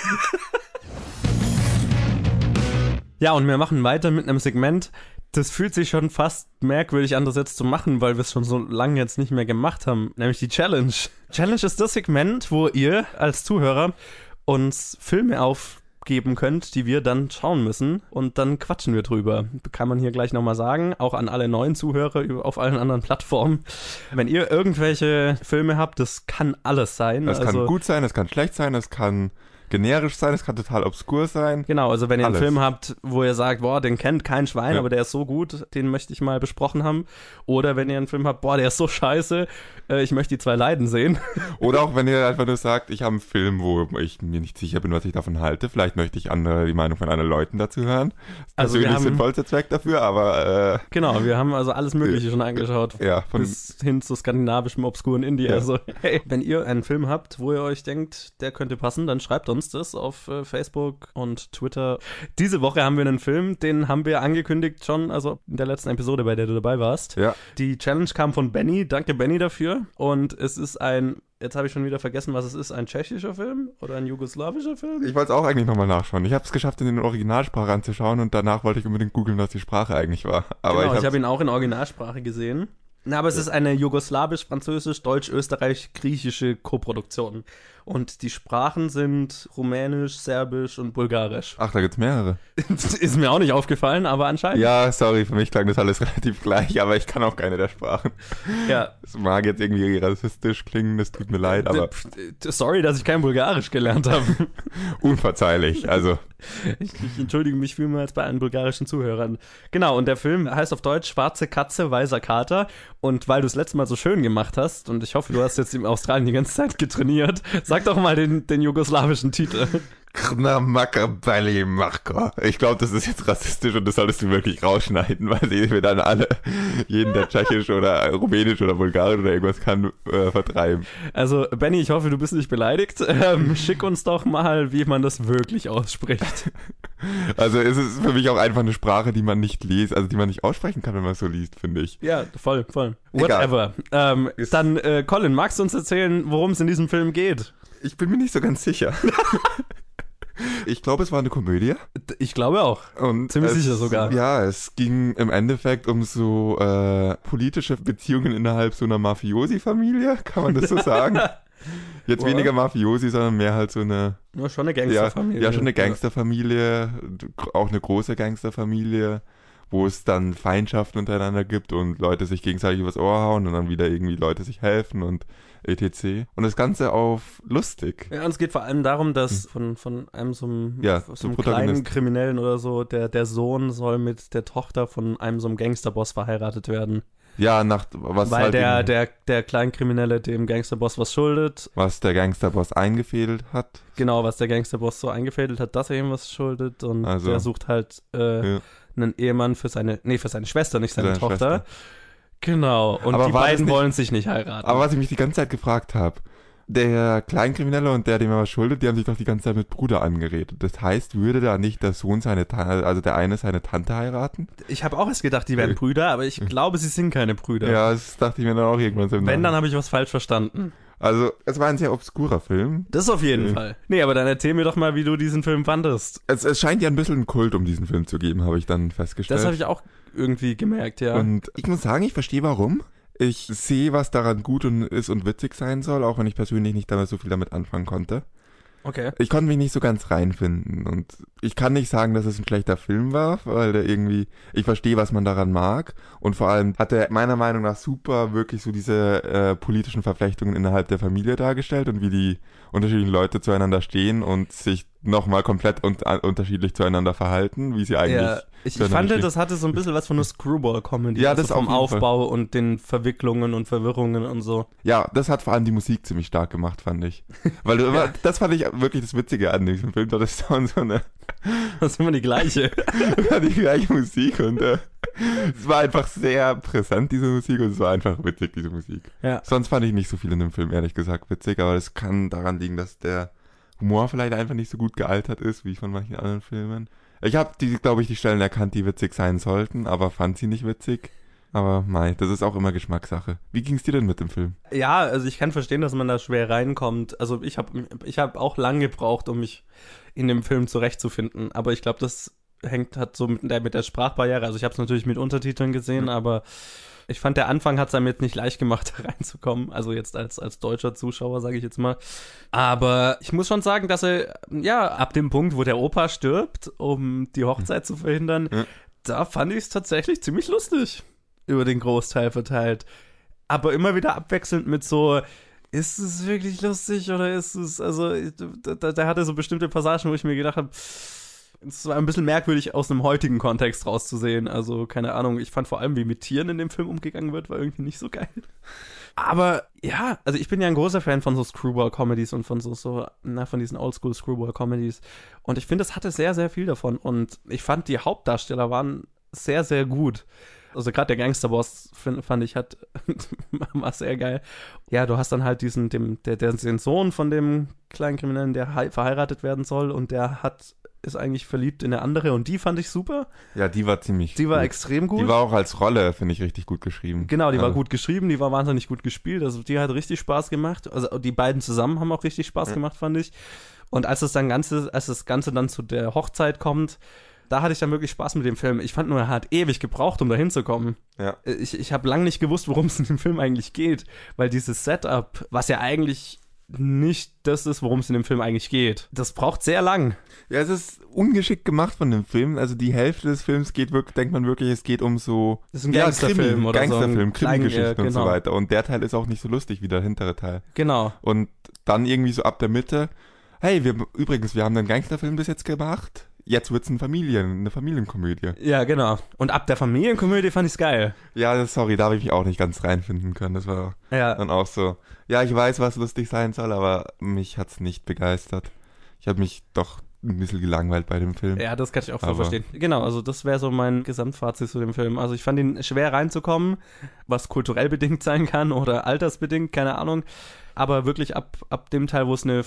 Ja, und wir machen weiter mit einem Segment. Das fühlt sich schon fast merkwürdig an, das jetzt zu machen, weil wir es schon so lange jetzt nicht mehr gemacht haben, nämlich die Challenge. Challenge ist das Segment, wo ihr als Zuhörer uns Filme aufgeben könnt, die wir dann schauen müssen und dann quatschen wir drüber. Kann man hier gleich nochmal sagen, auch an alle neuen Zuhörer auf allen anderen Plattformen. Wenn ihr irgendwelche Filme habt, das kann alles sein. Das also, kann gut sein, das kann schlecht sein, das kann generisch sein, das kann total obskur sein. Genau, also wenn ihr Alles. einen Film habt, wo ihr sagt, boah, den kennt kein Schwein, Ja. aber der ist so gut, den möchte ich mal besprochen haben. Oder wenn ihr einen Film habt, boah, der ist so scheiße, äh, ich möchte die zwei leiden sehen. Oder auch wenn ihr einfach nur sagt, ich habe einen Film, wo ich mir nicht sicher bin, was ich davon halte. Vielleicht möchte ich andere, die Meinung von anderen Leuten dazu hören. Also wir Persönlich haben- sinnvollster Zweck dafür, aber Genau, wir haben also alles Mögliche schon angeschaut. äh, ja, von Bis hin zu skandinavischem obskuren Indie. Ja. Also, hey, wenn ihr einen Film habt, wo ihr euch denkt, der könnte passen, dann schreibt uns das auf äh, Facebook und Twitter. Diese Woche haben wir einen Film, den haben wir angekündigt schon, also in der letzten Episode, bei der du dabei warst. ja. Die Challenge kam von Benny, danke Benny dafür. Und es ist ein, jetzt habe ich schon wieder vergessen, was es ist, ein tschechischer Film oder ein jugoslawischer Film? Ich wollte es auch eigentlich nochmal nachschauen. Ich habe es geschafft, in den Originalsprache anzuschauen und danach wollte ich unbedingt googeln, was die Sprache eigentlich war. Aber genau, ich, ich habe habe ihn auch in Originalsprache gesehen. Na, aber es ist eine jugoslawisch, französisch, deutsch, österreich, griechische Koproduktion. Und die Sprachen sind rumänisch, serbisch und bulgarisch. Ach, da gibt's mehrere. Ist mir auch nicht aufgefallen, aber anscheinend. Ja, sorry, für mich klang das alles relativ gleich, aber ich kann auch keine der Sprachen. Ja. Es mag jetzt irgendwie rassistisch klingen, das tut mir leid, aber Sorry, dass ich kein Bulgarisch gelernt habe. unverzeihlich. Also, Ich, ich entschuldige mich vielmals bei allen bulgarischen Zuhörern. Genau, und der Film heißt auf Deutsch Schwarze Katze, weißer Kater. Und weil du es letztes Mal so schön gemacht hast, und ich hoffe, du hast jetzt in Australien die ganze Zeit getrainiert, sag doch mal den, den jugoslawischen Titel. Krnamakabali Marko. Ich glaube, das ist jetzt rassistisch und das solltest du wirklich rausschneiden, weil sie wir dann alle, jeden, der Tschechisch oder Rumänisch oder Bulgarisch oder irgendwas kann, äh, vertreiben. Also, Benny, ich hoffe, du bist nicht beleidigt. Ähm, schick uns doch mal, wie man das wirklich ausspricht. Also es ist für mich auch einfach eine Sprache, die man nicht liest, also die man nicht aussprechen kann, wenn man es so liest, finde ich. Ja, voll, voll. Egal. Whatever. Ähm, Ist- dann, äh, Colin, magst du uns erzählen, worum es in diesem Film geht? Ich bin mir nicht so ganz sicher. Ich glaube, es war eine Komödie. Ich glaube auch. Und Ziemlich es, sicher sogar. Ja, es ging im Endeffekt um so äh, politische Beziehungen innerhalb so einer Mafiosi-Familie, kann man das so sagen? Jetzt What? weniger Mafiosi, sondern mehr halt so eine... Ja, schon eine Ja, Gangsterfamilie. ja, schon eine Gangsterfamilie, auch eine große Gangsterfamilie, wo es dann Feindschaften untereinander gibt und Leute sich gegenseitig übers Ohr hauen und dann wieder irgendwie Leute sich helfen und et cetera. Und das Ganze auf lustig. Ja, und es geht vor allem darum, dass von, von einem so einem, Ja, so der einem Protagonist. kleinen Kriminellen oder so, der, der Sohn soll mit der Tochter von einem so einem Gangsterboss verheiratet werden. Ja, nach was Weil halt der, eben, der, der Kleinkriminelle dem Gangsterboss was schuldet. was der Gangsterboss eingefädelt hat. Genau, was der Gangsterboss so eingefädelt hat, dass er ihm was schuldet. Und Also, der sucht halt äh, Ja. einen Ehemann für seine, nee, für seine Schwester, nicht seine Seine Tochter. Schwester. Genau, und Aber die war das beiden nicht- wollen sich nicht heiraten. Aber was ich mich die ganze Zeit gefragt habe, der Kleinkriminelle und der, dem er was schuldet, die haben sich doch die ganze Zeit mit Bruder angeredet. Das heißt, würde da nicht der Sohn seine Tante, also der eine seine Tante heiraten? Ich habe auch erst gedacht, die wären Okay. Brüder, aber ich glaube, sie sind keine Brüder. Ja, das dachte ich mir dann auch irgendwann so im Wenn, dann Nachhinein. habe ich was falsch verstanden. Also, es war ein sehr obskurer Film. Das auf jeden Mhm. Fall. Nee, aber dann erzähl mir doch mal, wie du diesen Film fandest. Es, es scheint ja ein bisschen einen Kult um diesen Film zu geben, habe ich dann festgestellt. Das habe ich auch irgendwie gemerkt, ja. Und ich muss sagen, ich verstehe warum. Ich sehe, was daran gut und ist und witzig sein soll, auch wenn ich persönlich nicht damit so viel damit anfangen konnte. Okay. Ich konnte mich nicht so ganz reinfinden und ich kann nicht sagen, dass es ein schlechter Film war, weil der irgendwie, ich verstehe, was man daran mag und vor allem hat er meiner Meinung nach super wirklich so diese äh, politischen Verflechtungen innerhalb der Familie dargestellt und wie die unterschiedlichen Leute zueinander stehen und sich nochmal komplett un unterschiedlich zueinander verhalten, wie sie eigentlich... Ja, ich, ich zueinander fand, stehen. das hatte so ein bisschen was von einer Screwball-Comedy. Ja, also das vom auf jeden Aufbau und den Verwicklungen und Verwirrungen und so. Ja, das hat vor allem die Musik ziemlich stark gemacht, fand ich. Weil du immer, das fand ich wirklich das Witzige an diesem Film, das ist dann so eine, Das ist immer die gleiche. die gleiche Musik und äh, es war einfach sehr präsent, diese Musik, und es war einfach witzig, diese Musik. Ja. Sonst fand ich nicht so viel in dem Film, ehrlich gesagt, witzig, aber das kann daran liegen, dass der Humor vielleicht einfach nicht so gut gealtert ist, wie von manchen anderen Filmen. Ich habe die, glaube ich, die Stellen erkannt, die witzig sein sollten, aber fand sie nicht witzig. Aber mei, das ist auch immer Geschmackssache. Wie ging's dir denn mit dem Film? Ja, also ich kann verstehen, dass man da schwer reinkommt. Also ich habe ich hab auch lang gebraucht, um mich in dem Film zurechtzufinden. Aber ich glaube, das hängt hat so mit der, mit der Sprachbarriere. Also ich habe es natürlich mit Untertiteln gesehen, Mhm. aber ich fand, der Anfang hat es einem jetzt nicht leicht gemacht, da reinzukommen. Also jetzt als, als deutscher Zuschauer, sage ich jetzt mal. Aber ich muss schon sagen, dass er, ja, ab dem Punkt, wo der Opa stirbt, um die Hochzeit zu verhindern, Mhm. da fand ich es tatsächlich ziemlich lustig. Über den Großteil verteilt. Aber immer wieder abwechselnd mit so, ist es wirklich lustig oder ist es, also, da, da hatte so bestimmte Passagen, wo ich mir gedacht habe, es war ein bisschen merkwürdig aus einem heutigen Kontext rauszusehen. Also, keine Ahnung, ich fand vor allem, wie mit Tieren in dem Film umgegangen wird, war irgendwie nicht so geil. Aber ja, also ich bin ja ein großer Fan von so Screwball-Comedies und von so, so, na, von diesen Oldschool-Screwball-Comedies. Und ich finde, es hatte sehr, sehr viel davon. Und ich fand, die Hauptdarsteller waren sehr, sehr gut. Also gerade der Gangsterboss, find, fand ich, hat war sehr geil. Ja, du hast dann halt diesen, dem, der, der, den Sohn von dem kleinen Kriminellen, der hei- verheiratet werden soll und der hat, ist eigentlich verliebt in eine andere und die fand ich super. Ja, die war ziemlich Die war gut. extrem gut. Die war auch als Rolle, finde ich, richtig gut geschrieben. Genau, die war Also, gut geschrieben, die war wahnsinnig gut gespielt, also die hat richtig Spaß gemacht. Also die beiden zusammen haben auch richtig Spaß Ja. gemacht, fand ich. Und als das dann Ganze, als das Ganze dann zu der Hochzeit kommt, da hatte ich dann wirklich Spaß mit dem Film. Ich fand nur, er hat ewig gebraucht, um da hinzukommen. Ja. Ich, ich habe lange nicht gewusst, worum es in dem Film eigentlich geht, weil dieses Setup, was ja eigentlich nicht das ist, worum es in dem Film eigentlich geht, das braucht sehr lang. Ja, es ist ungeschickt gemacht von dem Film. Also die Hälfte des Films geht wirklich, denkt man wirklich, es geht um so Das ist ein ja, Gangsterfilm Krimi, oder so. Gangsterfilm, ein klein- Krimi-Geschichten äh, und so genau. weiter. Und der Teil ist auch nicht so lustig wie der hintere Teil. Genau. Und dann irgendwie so ab der Mitte, hey, wir übrigens, wir haben einen Gangsterfilm bis jetzt gemacht. Jetzt wird's ein Familien, eine Familienkomödie. Ja, genau. Und ab der Familienkomödie fand ich's geil. Ja, sorry, da habe ich mich auch nicht ganz reinfinden können. Das war Ja. dann auch so. Ja, ich weiß, was lustig sein soll, aber mich hat's nicht begeistert. Ich habe mich doch ein bisschen gelangweilt bei dem Film. Ja, das kann ich auch so Aber- verstehen. Genau, also das wäre so mein Gesamtfazit zu dem Film. Also ich fand ihn schwer reinzukommen, was kulturell bedingt sein kann oder altersbedingt, keine Ahnung. Aber wirklich ab, ab dem Teil, wo es eine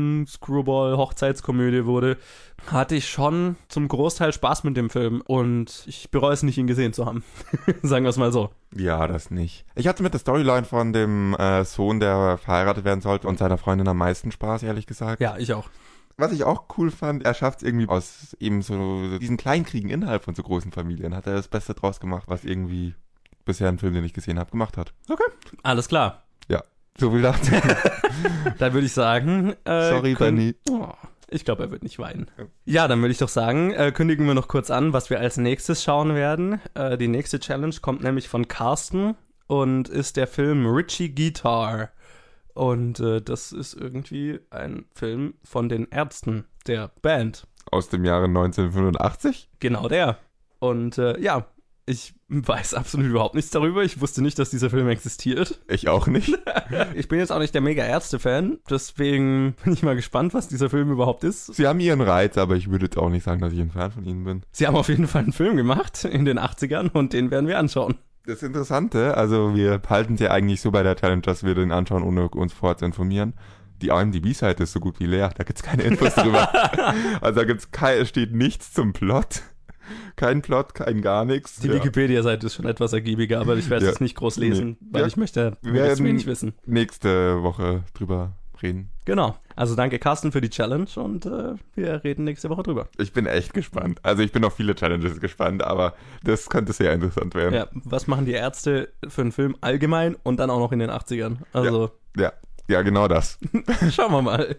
Familien-Screwball-Hochzeitskomödie wurde, hatte ich schon zum Großteil Spaß mit dem Film. Und ich bereue es nicht, ihn gesehen zu haben. Sagen wir es mal so. Ja, das nicht. Ich hatte mit der Storyline von dem äh, Sohn, der verheiratet werden sollte, und seiner Freundin am meisten Spaß, ehrlich gesagt. Ja, ich auch. Was ich auch cool fand, er schafft es irgendwie aus eben so diesen Kleinkriegen innerhalb von so großen Familien, hat er das Beste draus gemacht, was irgendwie bisher ein Film, den ich gesehen habe, gemacht hat. Okay, alles klar. Ja, so viel dazu. Dann würde ich sagen... Äh, Sorry, Benny. Oh, ich glaube, er wird nicht weinen. Ja, dann würde ich doch sagen, äh, kündigen wir noch kurz an, was wir als nächstes schauen werden. Äh, die nächste Challenge kommt nämlich von Carsten und ist der Film Richie Guitar. Und äh, das ist irgendwie ein Film von den Ärzten, der Band. Aus dem Jahre neunzehnhundertfünfundachtzig? Genau der. Und äh, ja, ich weiß absolut überhaupt nichts darüber. Ich wusste nicht, dass dieser Film existiert. Ich auch nicht. Ich bin jetzt auch nicht der Mega-Ärzte-Fan, deswegen bin ich mal gespannt, was dieser Film überhaupt ist. Sie haben ihren Reiz, aber ich würde jetzt auch nicht sagen, dass ich ein Fan von ihnen bin. Sie haben auf jeden Fall einen Film gemacht in den achtzigern und den werden wir anschauen. Das Interessante, also wir halten es ja eigentlich so bei der Challenge, dass wir den anschauen, ohne uns vorher zu informieren. Die I M D B-Seite ist so gut wie leer, da gibt's keine Infos drüber. Also da gibt's kein, steht nichts zum Plot. Kein Plot, kein gar nichts. Die ja. Wikipedia-Seite ist schon etwas ergiebiger, aber ich werde es ja. nicht groß lesen, Nee. weil ja. ich möchte wir jetzt wenig wissen. Nächste Woche drüber reden. Genau. Also danke Carsten für die Challenge und äh, wir reden nächste Woche drüber. Ich bin echt gespannt. Also ich bin auf viele Challenges gespannt, aber das könnte sehr interessant werden. Ja, was machen die Ärzte für einen Film allgemein und dann auch noch in den achtzigern? Also Ja, ja, genau das. schauen wir mal.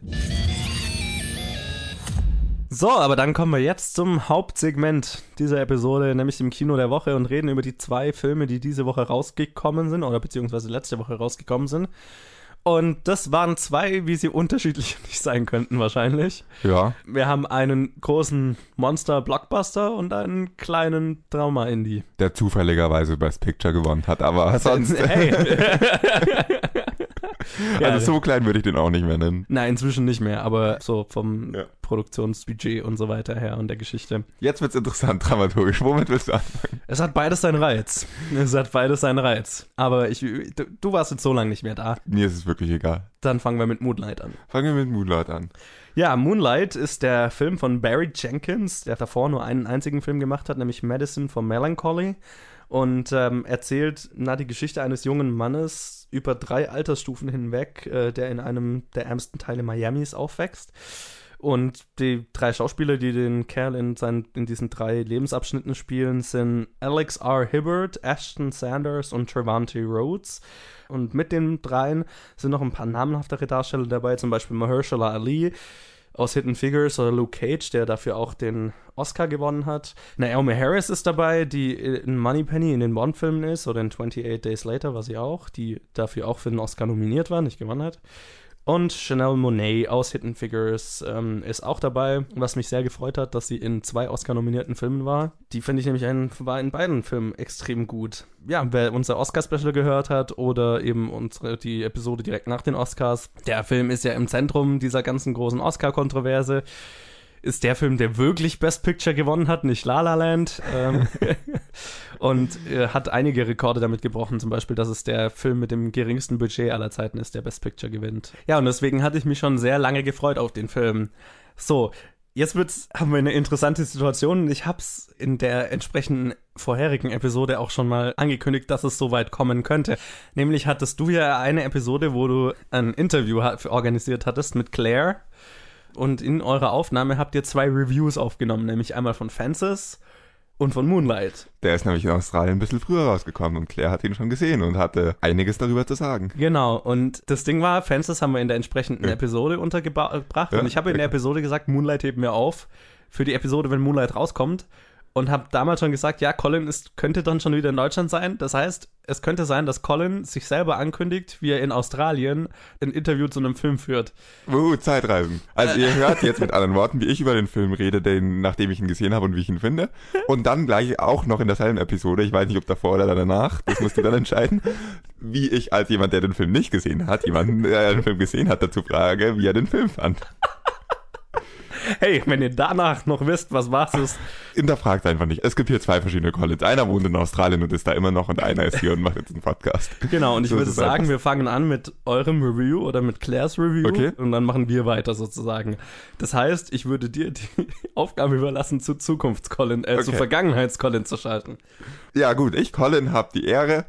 So, aber dann kommen wir jetzt zum Hauptsegment dieser Episode, nämlich dem Kino der Woche und reden über die zwei Filme, die diese Woche rausgekommen sind oder beziehungsweise letzte Woche rausgekommen sind. Und das waren zwei, wie sie unterschiedlich nicht sein könnten wahrscheinlich. Ja. Wir haben einen großen Monster-Blockbuster und einen kleinen Trauma-Indie. Der zufälligerweise Best Picture gewonnen hat, aber sonst... Hey. Also so klein würde ich den auch nicht mehr nennen. Nein, inzwischen nicht mehr, aber so vom Ja. Produktionsbudget und so weiter her und der Geschichte. Jetzt wird's interessant, dramaturgisch. Womit willst du anfangen? Es hat beides seinen Reiz. Es hat beides seinen Reiz. Aber ich, du, du warst jetzt so lange nicht mehr da. Mir ist es wirklich egal. Dann fangen wir mit Moonlight an. Fangen wir mit Moonlight an. Ja, Moonlight ist der Film von Barry Jenkins, der davor nur einen einzigen Film gemacht hat, nämlich Medicine for Melancholy. Und ähm, erzählt na, die Geschichte eines jungen Mannes über drei Altersstufen hinweg, äh, der in einem der ärmsten Teile Miamis aufwächst. Und die drei Schauspieler, die den Kerl in, seinen, in diesen drei Lebensabschnitten spielen, sind Alex R. Hibbert, Ashton Sanders und Trevante Rhodes. Und mit den dreien sind noch ein paar namenhaftere Darsteller dabei, zum Beispiel Mahershala Ali aus Hidden Figures oder Luke Cage, der dafür auch den Oscar gewonnen hat. Naomi Harris ist dabei, die in Moneypenny in den Bond-Filmen ist, oder in twenty-eight Days Later war sie auch, die dafür auch für den Oscar nominiert war, nicht gewonnen hat. Und Chanel Monáe aus Hidden Figures ähm, ist auch dabei, was mich sehr gefreut hat, dass sie in zwei Oscar-nominierten Filmen war. Die finde ich nämlich ein, war in beiden Filmen extrem gut. Ja, wer unser Oscar-Special gehört hat oder eben unsere, die Episode direkt nach den Oscars, der Film ist ja im Zentrum dieser ganzen großen Oscar-Kontroverse. Ist der Film, der wirklich Best Picture gewonnen hat, nicht La La Land. Ähm, und äh, hat einige Rekorde damit gebrochen, zum Beispiel, dass es der Film mit dem geringsten Budget aller Zeiten ist, der Best Picture gewinnt. Ja, und deswegen hatte ich mich schon sehr lange gefreut auf den Film. So, jetzt wird's, haben wir eine interessante Situation. Ich hab's in der entsprechenden vorherigen Episode auch schon mal angekündigt, dass es so weit kommen könnte. Nämlich hattest du ja eine Episode, wo du ein Interview ha- organisiert hattest mit Claire. Und in eurer Aufnahme habt ihr zwei Reviews aufgenommen, nämlich einmal von Fences und von Moonlight. Der ist nämlich in Australien ein bisschen früher rausgekommen und Claire hat ihn schon gesehen und hatte einiges darüber zu sagen. Genau, und das Ding war, Fences haben wir in der entsprechenden Ja. Episode untergebracht Ja, und ich habe in der Episode gesagt, Moonlight heben wir auf für die Episode, wenn Moonlight rauskommt. Und habe damals schon gesagt, ja, Colin ist, könnte dann schon wieder in Deutschland sein. Das heißt, es könnte sein, dass Colin sich selber ankündigt, wie er in Australien ein Interview zu einem Film führt. Uh, Zeitreisen. Also ihr hört jetzt mit anderen Worten, wie ich über den Film rede, den, nachdem ich ihn gesehen habe und wie ich ihn finde. Und dann gleich auch noch in derselben Episode, ich weiß nicht, ob davor oder danach, das musst du dann entscheiden, wie ich als jemand, der den Film nicht gesehen hat, jemanden, der den Film gesehen hat, dazu frage, wie er den Film fand. Hey, wenn ihr danach noch wisst, was was ist. Hinterfragt einfach nicht. Es gibt hier zwei verschiedene Collins. Einer wohnt in Australien und ist da immer noch und einer ist hier und macht jetzt einen Podcast. Genau, und ich So würde ist es sagen, einfach. wir fangen an mit eurem Review oder mit Claires Review Okay. und dann machen wir weiter sozusagen. Das heißt, ich würde dir die Aufgabe überlassen, zu Zukunfts-Colin, äh, zu Okay. Vergangenheits-Colin zu schalten. Ja gut, ich, Colin, habe die Ehre,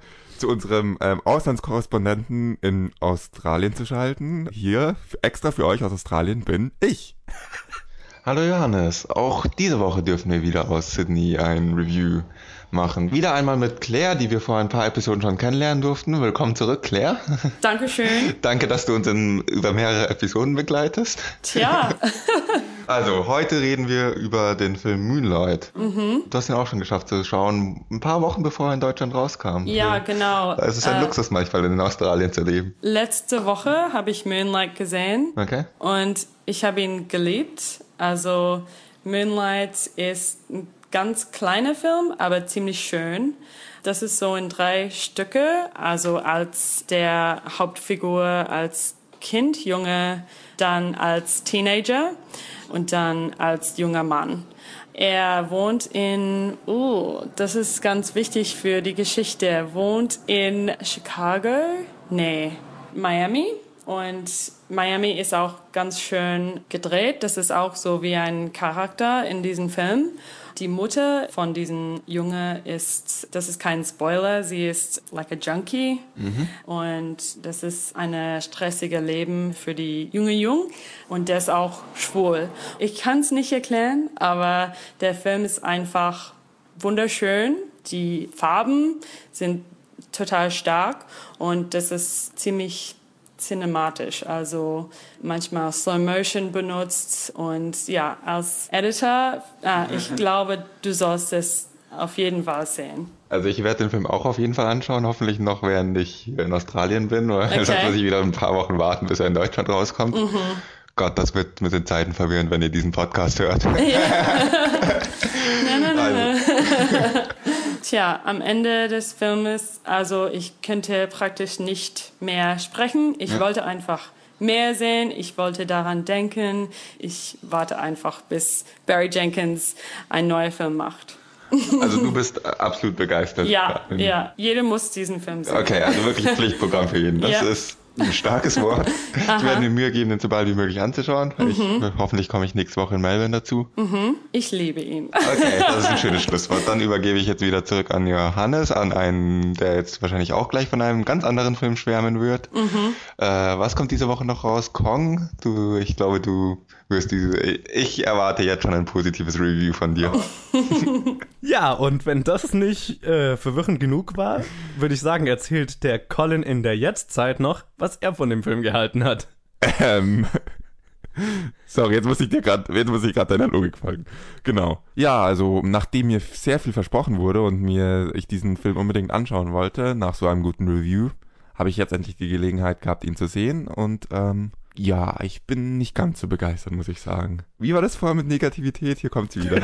zu unserem ähm, Auslandskorrespondenten in Australien zu schalten. Hier, extra für euch aus Australien, bin ich. Hallo Johannes, auch diese Woche dürfen wir wieder aus Sydney ein Review machen. Wieder einmal mit Claire, die wir vor ein paar Episoden schon kennenlernen durften. Willkommen zurück, Claire. Dankeschön. Danke, dass du uns in, über mehrere Episoden begleitest. Tja. Also, heute reden wir über den Film Moonlight. Mhm. Du hast ihn auch schon geschafft zu schauen, ein paar Wochen bevor er in Deutschland rauskam. Ja, genau. Es ist ein äh, Luxus manchmal, in Australien zu leben. Letzte Woche habe ich Moonlight gesehen. Okay. Und ich habe ihn geliebt. Also, Moonlight ist ein ganz kleiner Film, aber ziemlich schön. Das ist so in drei Stücke. Also als der Hauptfigur, als Kind, Junge, dann als Teenager und dann als junger Mann. Er wohnt in, uh, das ist ganz wichtig für die Geschichte, er wohnt in Chicago, nee, Miami. Und Miami ist auch ganz schön gedreht. Das ist auch so wie ein Charakter in diesem Film. Die Mutter von diesem Junge ist, das ist kein Spoiler, sie ist like a junkie. Mhm. Und das ist ein stressiges Leben für die junge Jung. Und der ist auch schwul. Ich kann es nicht erklären, aber der Film ist einfach wunderschön. Die Farben sind total stark und das ist ziemlich cinematisch, also manchmal Slow Motion benutzt und ja, als Editor, äh, ich glaube, du sollst es auf jeden Fall sehen. Also ich werde den Film auch auf jeden Fall anschauen, hoffentlich noch, während ich hier in Australien bin, oder okay. Sonst muss ich wieder ein paar Wochen warten, bis er in Deutschland rauskommt. Mhm. Gott, das wird mit den Zeiten verwirrend, wenn ihr diesen Podcast hört. Ja. nein, nein, nein, also. Tja, am Ende des Filmes, also ich könnte praktisch nicht mehr sprechen. Ich ja. wollte einfach mehr sehen. Ich wollte daran denken. Ich warte einfach, bis Barry Jenkins einen neuen Film macht. Also du bist absolut begeistert. Ja, ja. Jeder muss diesen Film sehen. Okay, also wirklich Pflichtprogramm für jeden. Das ja. ist ein starkes Wort. Aha. Ich werde mir Mühe geben, den so bald wie möglich anzuschauen. Mhm. Ich, hoffentlich komme ich nächste Woche in Melbourne dazu. Mhm. Ich liebe ihn. Okay, das ist ein schönes Schlusswort. Dann übergebe ich jetzt wieder zurück an Johannes, an einen, der jetzt wahrscheinlich auch gleich von einem ganz anderen Film schwärmen wird. Mhm. Äh, was kommt diese Woche noch raus? Kong? Du, ich glaube, du wirst diese... Ich erwarte jetzt schon ein positives Review von dir. Ja, und wenn das nicht äh, verwirrend genug war, würde ich sagen, erzählt der Colin in der Jetztzeit noch, was er von dem Film gehalten hat. Ähm, sorry, jetzt muss ich dir gerade, jetzt muss ich gerade deiner Logik folgen. Genau. Ja, also nachdem mir sehr viel versprochen wurde und mir ich diesen Film unbedingt anschauen wollte, nach so einem guten Review, habe ich jetzt endlich die Gelegenheit gehabt, ihn zu sehen und ähm, ja, ich bin nicht ganz so begeistert, muss ich sagen. Wie war das vorher mit Negativität? Hier kommt sie wieder.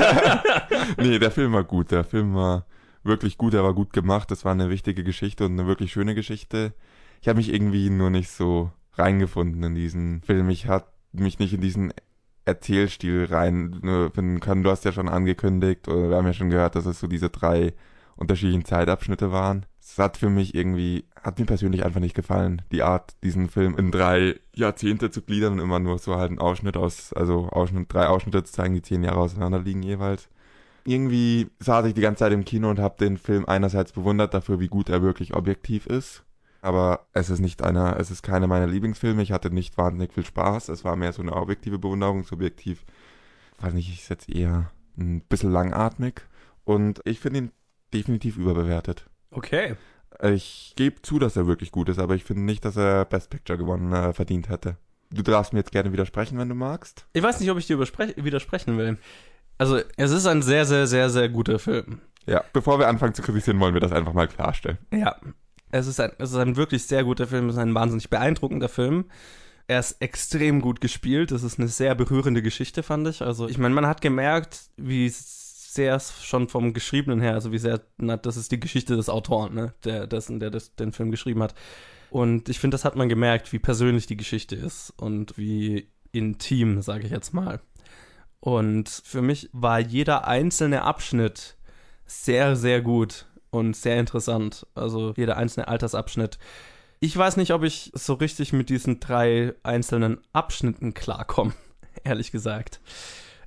Nee, der Film war gut. Der Film war wirklich gut. Er war gut gemacht. Das war eine wichtige Geschichte und eine wirklich schöne Geschichte. Ich habe mich irgendwie nur nicht so reingefunden in diesen Film. Ich habe mich nicht in diesen Erzählstil reinfinden können. Du hast ja schon angekündigt, oder wir haben ja schon gehört, dass es so diese drei unterschiedlichen Zeitabschnitte waren. Es hat für mich irgendwie, hat mir persönlich einfach nicht gefallen, die Art, diesen Film in drei Jahrzehnte zu gliedern und immer nur so halt einen Ausschnitt aus, also Ausschnitt, drei Ausschnitte zu zeigen, die zehn Jahre auseinander liegen jeweils. Irgendwie saß ich die ganze Zeit im Kino und habe den Film einerseits bewundert dafür, wie gut er wirklich objektiv ist, aber es ist nicht einer, es ist keiner meiner Lieblingsfilme. Ich hatte nicht wahnsinnig viel Spaß. Es war mehr so eine objektive Bewunderung, subjektiv, weiß nicht, ich ist jetzt eher ein bisschen langatmig und ich finde ihn definitiv überbewertet. Okay. Ich gebe zu, dass er wirklich gut ist, aber ich finde nicht, dass er Best Picture gewonnen äh, verdient hätte. Du darfst mir jetzt gerne widersprechen, wenn du magst. Ich weiß nicht, ob ich dir widersprechen will. Also, es ist ein sehr, sehr, sehr, sehr guter Film. Ja, bevor wir anfangen zu kritisieren, wollen wir das einfach mal klarstellen. Ja, es ist ein, es ist ein wirklich sehr guter Film, es ist ein wahnsinnig beeindruckender Film. Er ist extrem gut gespielt, das ist eine sehr berührende Geschichte, fand ich. Also, ich meine, man hat gemerkt, wie sehr es schon vom Geschriebenen her, also wie sehr, na, das ist die Geschichte des Autoren, ne, der, dessen, der das, den Film geschrieben hat. Und ich finde, das hat man gemerkt, wie persönlich die Geschichte ist und wie intim, sage ich jetzt mal. Und für mich war jeder einzelne Abschnitt sehr, sehr gut und sehr interessant. Also jeder einzelne Altersabschnitt. Ich weiß nicht, ob ich so richtig mit diesen drei einzelnen Abschnitten klarkomme, ehrlich gesagt.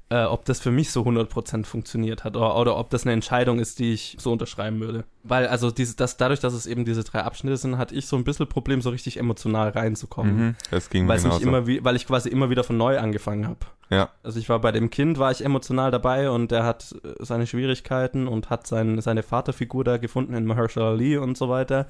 äh, ob das für mich so hundert Prozent funktioniert hat oder, oder ob das eine Entscheidung ist, die ich so unterschreiben würde. Weil also diese, das, dadurch, dass es eben diese drei Abschnitte sind, hatte ich so ein bisschen Problem, so richtig emotional reinzukommen. Mhm, das ging mir weil, es mich genauso. immer wie, weil ich quasi immer wieder von neu angefangen habe. Ja. Also ich war bei dem Kind, war ich emotional dabei und der hat äh, seine Schwierigkeiten und hat sein, seine Vaterfigur da gefunden in Mahershala Ali und so weiter.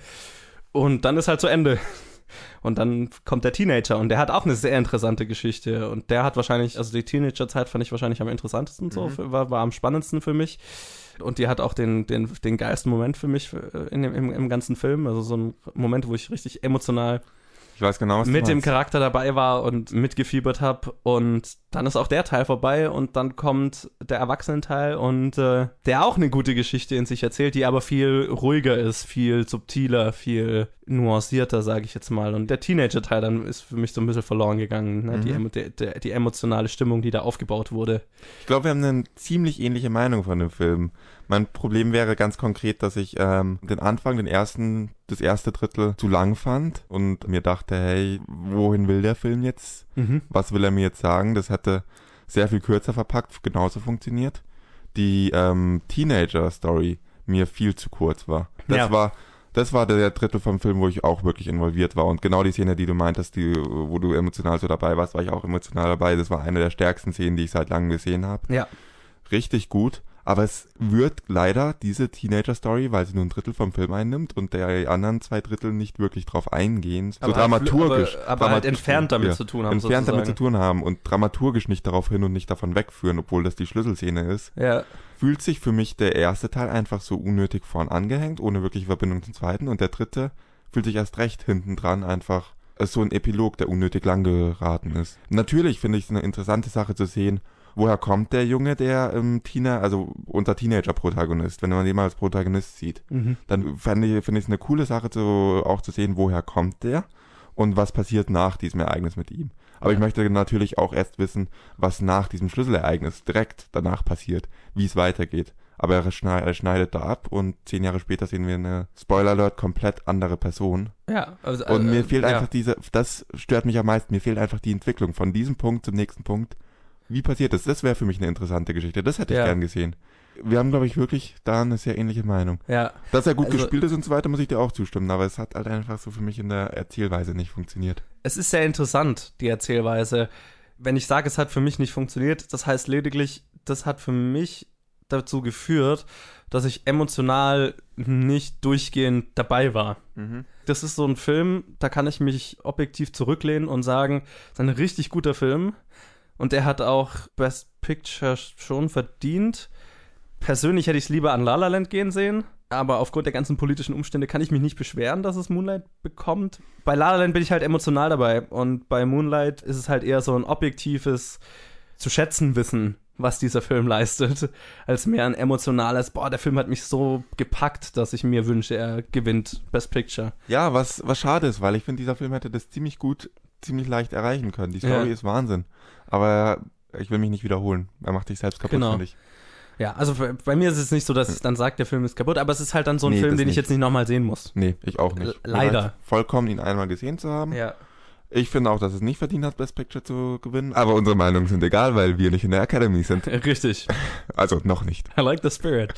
Und dann ist halt zu Ende. Und dann kommt der Teenager und der hat auch eine sehr interessante Geschichte und der hat wahrscheinlich, also die Teenagerzeit fand ich wahrscheinlich am interessantesten, so, Mhm. war, war am spannendsten für mich und die hat auch den, den, den geilsten Moment für mich in dem, im, im ganzen Film, also so ein Moment, wo ich richtig emotional Ich weiß genau, was du mit dem meinst. Charakter dabei war und mitgefiebert habe und dann ist auch der Teil vorbei und dann kommt der Erwachsenenteil und äh, der auch eine gute Geschichte in sich erzählt, die aber viel ruhiger ist, viel subtiler, viel nuancierter, sage ich jetzt mal. Und der Teenager-Teil dann ist für mich so ein bisschen verloren gegangen, ne? Mhm. die, emo- die, die, die emotionale Stimmung, die da aufgebaut wurde. Ich glaube, wir haben eine ziemlich ähnliche Meinung von dem Film. Mein Problem wäre ganz konkret, dass ich ähm, den Anfang, den ersten, das erste Drittel zu lang fand und mir dachte, hey, wohin will der Film jetzt? Mhm. Was will er mir jetzt sagen? Das hätte sehr viel kürzer verpackt, genauso funktioniert. Die ähm, Teenager-Story mir viel zu kurz war. Das Ja. war das war der Drittel vom Film, wo ich auch wirklich involviert war. Und genau die Szene, die du meintest, die, wo du emotional so dabei warst, war ich auch emotional dabei. Das war eine der stärksten Szenen, die ich seit langem gesehen habe. Ja. Richtig gut. Aber es wird leider diese Teenager-Story, weil sie nur ein Drittel vom Film einnimmt und der anderen zwei Drittel nicht wirklich drauf eingehen, so Aber halt- dramaturgisch. aber- aber halt dramatisch- entfernt damit ja, zu tun haben, Entfernt damit zu sozusagen. tun haben und dramaturgisch nicht darauf hin und nicht davon wegführen, obwohl das die Schlüsselszene ist. Ja. Fühlt sich für mich der erste Teil einfach so unnötig vorn angehängt, ohne wirkliche Verbindung zum zweiten. Und der dritte fühlt sich erst recht hinten dran einfach als so ein Epilog, der unnötig lang geraten ist. Natürlich finde ich es eine interessante Sache zu sehen, woher kommt der Junge, der ähm, Tina, also unser Teenager-Protagonist, wenn man den mal als Protagonist sieht. Mhm. Dann finde ich, finde ich es eine coole Sache, zu, auch zu sehen, woher kommt der und was passiert nach diesem Ereignis mit ihm. Aber Ja. ich möchte natürlich auch erst wissen, was nach diesem Schlüsselereignis direkt danach passiert, wie es weitergeht. Aber er, schneid, er schneidet da ab und zehn Jahre später sehen wir eine, Spoiler Alert, komplett andere Person. Ja. Also, Und äh, mir fehlt ja. einfach diese, das stört mich am meisten, mir fehlt einfach die Entwicklung von diesem Punkt zum nächsten Punkt. Wie passiert das? Das wäre für mich eine interessante Geschichte. Das hätte ich Ja. gern gesehen. Wir haben, glaube ich, wirklich da eine sehr ähnliche Meinung. Ja. Dass er gut Also- gespielt ist und so weiter, muss ich dir auch zustimmen, aber es hat halt einfach so für mich in der Erzählweise nicht funktioniert. Es ist sehr interessant, die Erzählweise. Wenn ich sage, es hat für mich nicht funktioniert, das heißt lediglich, das hat für mich dazu geführt, dass ich emotional nicht durchgehend dabei war. Das ist so ein Film, da kann ich mich objektiv zurücklehnen und sagen, es ist ein richtig guter Film und der hat auch Best Picture schon verdient. Persönlich hätte ich es lieber an La La Land gehen sehen, aber aufgrund der ganzen politischen Umstände kann ich mich nicht beschweren, dass es Moonlight bekommt. Bei La La Land bin ich halt emotional dabei und bei Moonlight ist es halt eher so ein objektives zu schätzen wissen, was dieser Film leistet, als mehr ein emotionales, boah, der Film hat mich so gepackt, dass ich mir wünsche, er gewinnt Best Picture. Ja, was, was schade ist, weil ich finde, dieser Film hätte das ziemlich gut, ziemlich leicht erreichen können. Die Story Ja. ist Wahnsinn. Aber ich will mich nicht wiederholen. Er macht dich selbst kaputt, Genau. finde ich. Ja, also bei bei mir ist es nicht so, dass ich dann sage, der Film ist kaputt, aber es ist halt dann so ein Nee, Film, das den ich nicht. jetzt nicht nochmal sehen muss. Nee, ich auch nicht. L- leider. Mir reicht vollkommen, ihn einmal gesehen zu haben. Ja. Ich finde auch, dass es nicht verdient hat, Best Picture zu gewinnen. Aber unsere Meinungen sind egal, weil wir nicht in der Academy sind. Richtig. Also noch nicht. I like the spirit.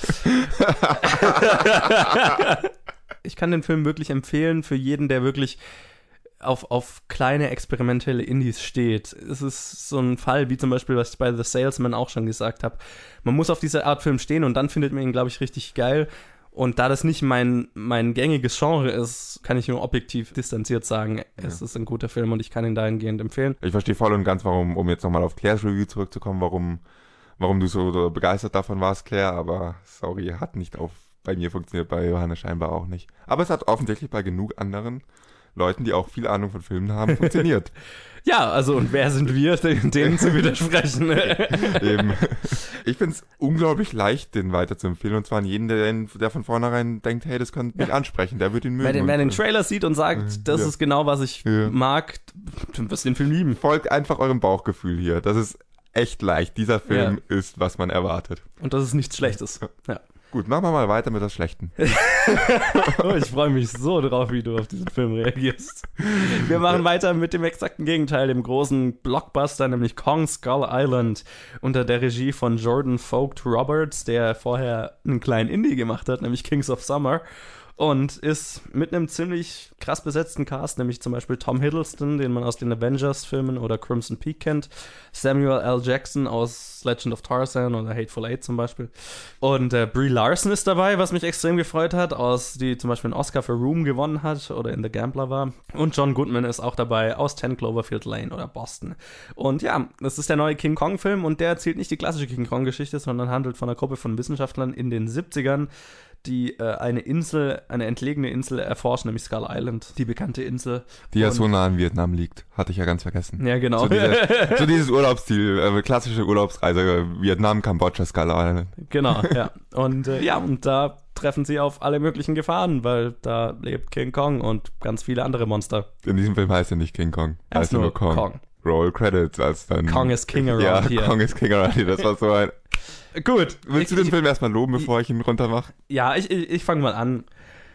Ich kann den Film wirklich empfehlen für jeden, der wirklich auf, auf kleine experimentelle Indies steht. Es ist so ein Fall, wie zum Beispiel, was ich bei The Salesman auch schon gesagt habe. Man muss auf diese Art Film stehen und dann findet man ihn, glaube ich, richtig geil. Und da das nicht mein, mein gängiges Genre ist, kann ich nur objektiv distanziert sagen, es ist ein guter Film und ich kann ihn dahingehend empfehlen. Ich verstehe voll und ganz, warum, um jetzt nochmal auf Claires Review zurückzukommen, warum, warum du so, so begeistert davon warst, Claire, aber sorry, hat nicht auf, bei mir funktioniert, bei Johannes scheinbar auch nicht. Aber es hat offensichtlich bei genug anderen Leuten, die auch viel Ahnung von Filmen haben, funktioniert. Ja, also und wer sind wir, denen zu widersprechen? Eben. Ich finde es unglaublich leicht, den weiterzuempfehlen. Und zwar an jeden, der, der von vornherein denkt, hey, das könnte mich ansprechen, der wird ihn mögen. Wer den, wer den Und, Trailer sieht und sagt, das Ja. ist genau, was ich Ja. mag, du wirst den Film lieben. folgt einfach eurem Bauchgefühl hier. Das ist echt leicht. Dieser Film ist, was man erwartet. Und das ist nichts Schlechtes. Ja. Gut, machen wir mal weiter mit das Schlechten. Oh, ich freue mich so drauf, wie du auf diesen Film reagierst. Wir machen weiter mit dem exakten Gegenteil, dem großen Blockbuster, nämlich Kong Skull Island, unter der Regie von Jordan Vogt Roberts, der vorher einen kleinen Indie gemacht hat, nämlich Kings of Summer. Und ist mit einem ziemlich krass besetzten Cast, nämlich zum Beispiel Tom Hiddleston, den man aus den Avengers-Filmen oder Crimson Peak kennt, Samuel L. Jackson aus Legend of Tarzan oder Hateful Eight zum Beispiel. Und äh, Brie Larson ist dabei, was mich extrem gefreut hat, aus die zum Beispiel einen Oscar für Room gewonnen hat oder in The Gambler war. Und John Goodman ist auch dabei aus ten Cloverfield Lane oder Boston. Und ja, das ist der neue King Kong-Film und der erzählt nicht die klassische King Kong-Geschichte, sondern handelt von einer Gruppe von Wissenschaftlern in den siebzigern, die äh, eine Insel, eine entlegene Insel erforschen, nämlich Skull Island, die bekannte Insel. Die ja so nah in Vietnam liegt. Hatte ich ja ganz vergessen. Ja, genau. So, diese, so dieses Urlaubsziel, äh, klassische Urlaubsreise, Vietnam, Kambodscha, Skull Island. Genau, ja. Und äh, ja, und da treffen sie auf alle möglichen Gefahren, weil da lebt King Kong und ganz viele andere Monster. In diesem Film heißt er nicht King Kong, Er heißt er nur Kong. Kong. Roll Credits als dann... Kong is King around ja, here. Kong is King around here, das war so ein... Gut. Willst du ich, den Film erstmal loben, bevor ich ihn runter mache? Ja, ich, ich, ich fange mal an.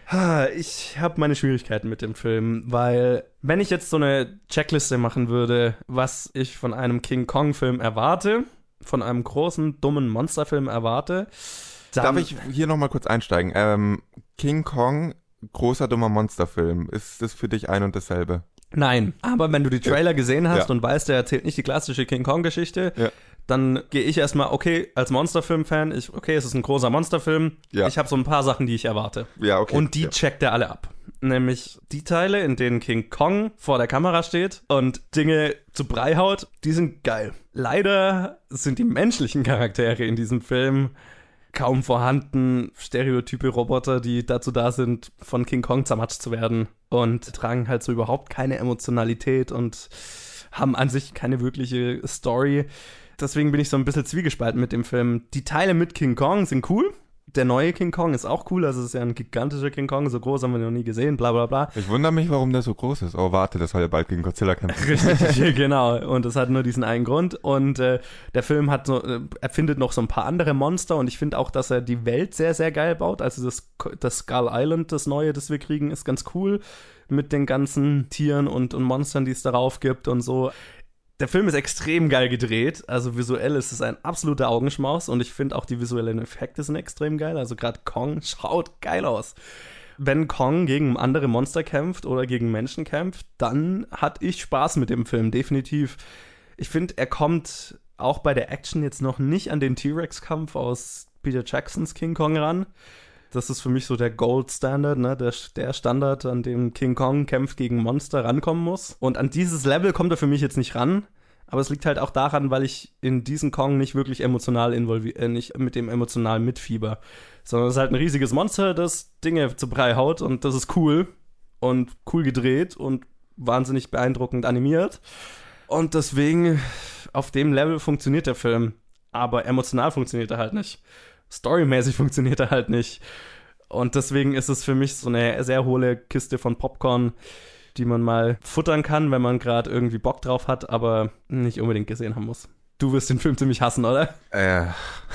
Ich habe meine Schwierigkeiten mit dem Film, weil wenn ich jetzt so eine Checkliste machen würde, was ich von einem King Kong-Film erwarte, von einem großen, dummen Monsterfilm erwarte, dann... Darf ich hier nochmal kurz einsteigen? Ähm, King Kong, großer, dummer Monsterfilm. Ist das für dich ein und dasselbe? Nein, aber wenn du die Trailer gesehen hast Ja. und weißt, der erzählt nicht die klassische King Kong-Geschichte, Ja. dann gehe ich erstmal, okay, als Monsterfilm-Fan, ich, okay, es ist ein großer Monsterfilm, Ja. ich habe so ein paar Sachen, die ich erwarte. Ja, okay. Und die ja. checkt er alle ab. Nämlich die Teile, in denen King Kong vor der Kamera steht und Dinge zu Brei haut, die sind geil. Leider sind die menschlichen Charaktere in diesem Film kaum vorhanden. Stereotype Roboter, die dazu da sind, von King Kong zermatscht zu werden und tragen halt so überhaupt keine Emotionalität und haben an sich keine wirkliche Story. Deswegen bin ich so ein bisschen zwiegespalten mit dem Film. Die Teile mit King Kong sind cool. Der neue King Kong ist auch cool, also es ist ja ein gigantischer King Kong, so groß haben wir noch nie gesehen, bla bla bla. Ich wundere mich, warum der so groß ist. Oh, warte, das soll ja bald gegen Godzilla kämpfen. Richtig, genau. Und das hat nur diesen einen Grund. Und äh, der Film hat so, äh, erfindet noch so ein paar andere Monster und ich finde auch, dass er die Welt sehr, sehr geil baut. Also das, das Skull Island, das neue, das wir kriegen, ist ganz cool mit den ganzen Tieren und, und Monstern, die es darauf gibt und so. Der Film ist extrem geil gedreht, also visuell ist es ein absoluter Augenschmaus und ich finde auch die visuellen Effekte sind extrem geil, also gerade Kong schaut geil aus. Wenn Kong gegen andere Monster kämpft oder gegen Menschen kämpft, dann hatte ich Spaß mit dem Film, definitiv. Ich finde, er kommt auch bei der Action jetzt noch nicht an den T-Rex-Kampf aus Peter Jacksons King Kong ran. Das ist für mich so der Gold Standard, ne? der, der Standard, an dem King Kong kämpft gegen Monster rankommen muss. Und an dieses Level kommt er für mich jetzt nicht ran. Aber es liegt halt auch daran, weil ich in diesen Kong nicht wirklich emotional involviert, äh, nicht mit dem emotional mitfieber. Sondern es ist halt ein riesiges Monster, das Dinge zu Brei haut und das ist cool. Und cool gedreht und wahnsinnig beeindruckend animiert. Und deswegen, auf dem Level funktioniert der Film. Aber emotional funktioniert er halt nicht. Storymäßig funktioniert er halt nicht. Und deswegen ist es für mich so eine sehr hohle Kiste von Popcorn, die man mal futtern kann, wenn man gerade irgendwie Bock drauf hat, aber nicht unbedingt gesehen haben muss. Du wirst den Film ziemlich hassen, oder? Äh,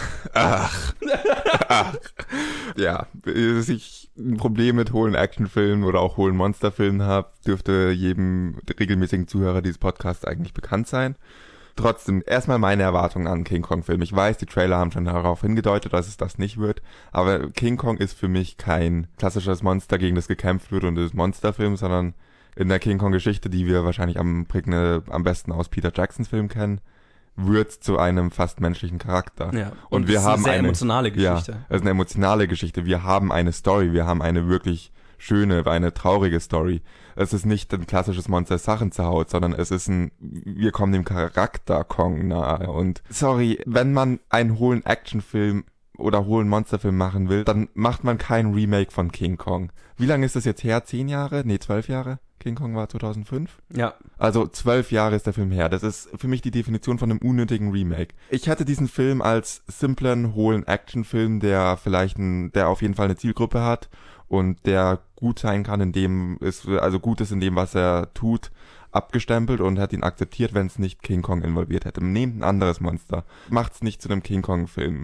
ach, ach. Ja, dass ich ein Problem mit hohlen Actionfilmen oder auch hohlen Monsterfilmen habe, dürfte jedem regelmäßigen Zuhörer dieses Podcasts eigentlich bekannt sein. Trotzdem, erstmal meine Erwartungen an King Kong-Film. Ich weiß, die Trailer haben schon darauf hingedeutet, dass es das nicht wird, aber King Kong ist für mich kein klassisches Monster, gegen das gekämpft wird und ist Monsterfilm, sondern in der King Kong-Geschichte, die wir wahrscheinlich am, prägende, am besten aus Peter Jacksons Film kennen, wird zu einem fast menschlichen Charakter. Ja. Und, Und wir es ist haben eine sehr eine emotionale Geschichte. Ja, es ist eine emotionale Geschichte. Wir haben eine Story, wir haben eine wirklich schöne, eine traurige Story. Es ist nicht ein klassisches Monster, das Sachen zerhaut, sondern es ist ein, wir kommen dem Charakter Kong nahe. Und sorry, wenn man einen hohlen Actionfilm oder hohlen Monsterfilm machen will, dann macht man kein Remake von King Kong. Wie lange ist das jetzt her? Zehn Jahre? Nee, zwölf Jahre? King Kong war zweitausendfünf? Ja. Also zwölf Jahre ist der Film her. Das ist für mich die Definition von einem unnötigen Remake. Ich hätte diesen Film als simplen, hohlen Actionfilm, der vielleicht ein, der auf jeden Fall eine Zielgruppe hat und der gut sein kann, in dem ist, also gut ist in dem, was er tut, abgestempelt und hat ihn akzeptiert, wenn es nicht King Kong involviert hätte. Nehmt ein anderes Monster. Macht's nicht zu einem King Kong Film.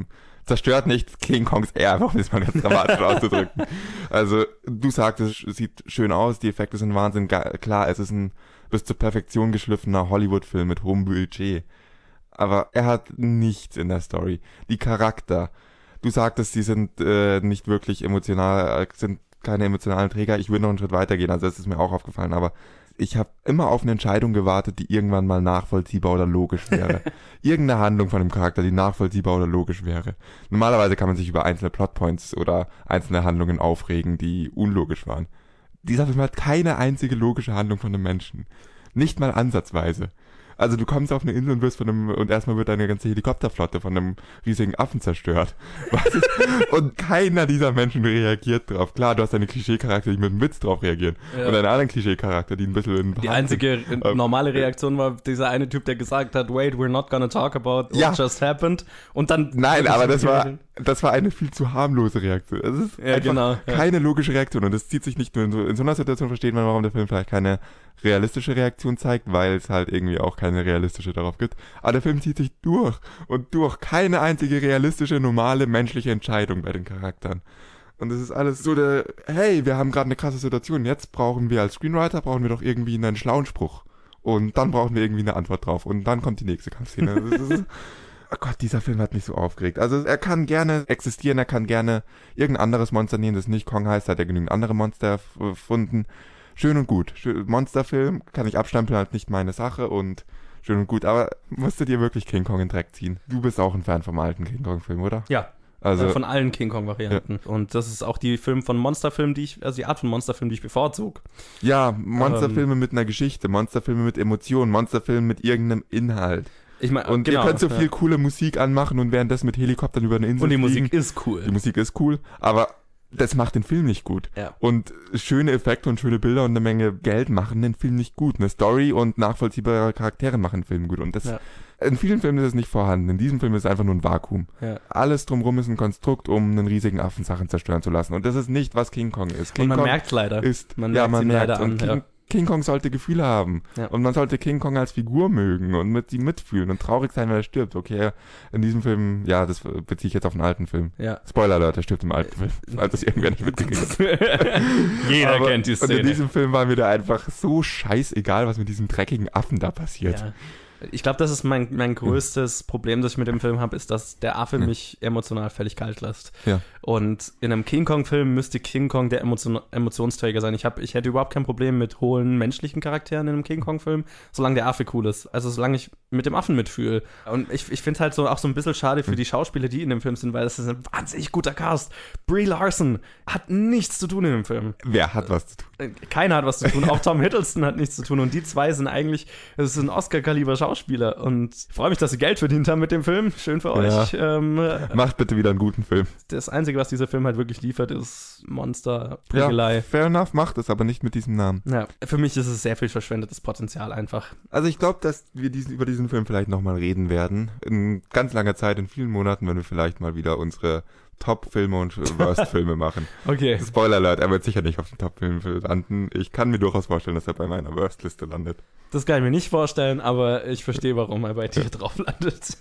zerstört nicht King Kongs Air, einfach um das mal ganz dramatisch auszudrücken. Also, du sagtest, es sieht schön aus, die Effekte sind Wahnsinn. Klar, es ist ein bis zur Perfektion geschliffener Hollywood-Film mit hohem Budget. Aber er hat nichts in der Story. Die Charakter, du sagtest, die sind äh, nicht wirklich emotional, sind keine emotionalen Träger. Ich würde noch einen Schritt weitergehen, also das ist mir auch aufgefallen, aber ich habe immer auf eine Entscheidung gewartet, die irgendwann mal nachvollziehbar oder logisch wäre. Irgendeine Handlung von dem Charakter, die nachvollziehbar oder logisch wäre. Normalerweise kann man sich über einzelne Plotpoints oder einzelne Handlungen aufregen, die unlogisch waren. Dieser Film hat keine einzige logische Handlung von einem Menschen. Nicht mal ansatzweise. Also du kommst auf eine Insel und wirst von einem, und erstmal wird deine ganze Helikopterflotte von einem riesigen Affen zerstört. Was ist, und keiner dieser Menschen reagiert drauf. Klar, du hast deine Klischee-Charakter, die mit einem Witz drauf reagieren. Ja. Und deine anderen Klischee-Charakter, die ein bisschen in Die einzige sind. normale Reaktion war dieser eine Typ, der gesagt hat, wait, we're not gonna talk about what ja. just happened. Und dann... Nein, aber das war, das war eine viel zu harmlose Reaktion. Es ist ja, einfach genau, ja. keine logische Reaktion. Und das zieht sich nicht nur in so, in so einer Situation, versteht man, warum der Film vielleicht keine realistische Reaktion zeigt, weil es halt irgendwie auch keine realistische darauf gibt. Aber der Film zieht sich durch und durch. Keine einzige realistische, normale, menschliche Entscheidung bei den Charakteren. Und es ist alles so der, hey, wir haben gerade eine krasse Situation, jetzt brauchen wir als Screenwriter, brauchen wir doch irgendwie einen schlauen Spruch. Und dann brauchen wir irgendwie eine Antwort drauf. Und dann kommt die nächste Kampfszene. Das ist, oh Gott, dieser Film hat mich so aufgeregt. Also er kann gerne existieren, er kann gerne irgendein anderes Monster nehmen, das nicht Kong heißt, hat er genügend andere Monster erfunden. Schön und gut. Monsterfilm kann ich abstempeln als nicht meine Sache und schön und gut. Aber musst du dir wirklich King Kong in den Dreck ziehen? Du bist auch ein Fan vom alten King Kong-Film, oder? Ja. Also von allen King Kong-Varianten. Ja. Und das ist auch die Film von Monsterfilmen, die ich, also die Art von Monsterfilm, die ich bevorzuge. Ja, Monsterfilme ähm, mit einer Geschichte, Monsterfilme mit Emotionen, Monsterfilme mit irgendeinem Inhalt. Ich mein, und genau, ihr könnt so ja. viel coole Musik anmachen und währenddessen mit Helikoptern über eine Insel Und die fliegen. Musik ist cool. Die Musik ist cool, aber das macht den Film nicht gut. Ja. Und schöne Effekte und schöne Bilder und eine Menge Geld machen den Film nicht gut. Eine Story und nachvollziehbare Charaktere machen den Film gut. Und das ja. in vielen Filmen ist es nicht vorhanden. In diesem Film ist es einfach nur ein Vakuum. Ja. Alles drumherum ist ein Konstrukt, um einen riesigen Affen Sachen zerstören zu lassen. Und das ist nicht, was King Kong ist. King und man Kong merkt leider. Ist, man ja, merkt man merkt leider an. King, Ja. King Kong sollte Gefühle haben. Ja. Und man sollte King Kong als Figur mögen und mit ihm mitfühlen und traurig sein, wenn er stirbt. Okay, in diesem Film, ja, das beziehe ich jetzt auf einen alten Film. Ja. Spoiler Alert, er stirbt im alten Film, falls das irgendwer nicht mitgekriegt hat. Jeder Aber, kennt die Szene. Und in diesem Film war mir da einfach so scheißegal, was mit diesem dreckigen Affen da passiert. Ja. Ich glaube, das ist mein, mein größtes Problem, das ich mit dem Film habe, ist, dass der Affe mich emotional völlig kalt lässt. Ja. Und in einem King Kong-Film müsste King Kong der Emotion, Emotionsträger sein. Ich, hab, ich hätte überhaupt kein Problem mit hohlen menschlichen Charakteren in einem King Kong-Film, solange der Affe cool ist. Also solange ich mit dem Affen mitfühle. Und ich, ich finde halt so auch so ein bisschen schade für die Schauspieler, die in dem Film sind, weil das ist ein wahnsinnig guter Cast. Brie Larson hat nichts zu tun in dem Film. Wer hat was zu tun? Keiner hat was zu tun. Auch Tom Hiddleston hat nichts zu tun. Und die zwei sind eigentlich, das ist ein Oscar-Kaliber Schauspieler. Und ich freue mich, dass sie Geld verdient haben mit dem Film. Schön für ja. euch. Ähm, Macht bitte wieder einen guten Film. Das Einzige, was dieser Film halt wirklich liefert, ist Monster, Prügelei. Ja, fair enough, macht es, aber nicht mit diesem Namen. Ja, für mich ist es sehr viel verschwendetes Potenzial einfach. Also ich glaube, dass wir diesen, über diesen Film vielleicht nochmal reden werden. In ganz langer Zeit, in vielen Monaten, wenn wir vielleicht mal wieder unsere Top-Filme und Worst-Filme machen. Okay. Spoiler Alert, er wird sicher nicht auf den Top-Filmen landen. Ich kann mir durchaus vorstellen, dass er bei meiner Worst-Liste landet. Das kann ich mir nicht vorstellen, aber ich verstehe, warum er bei dir drauf landet.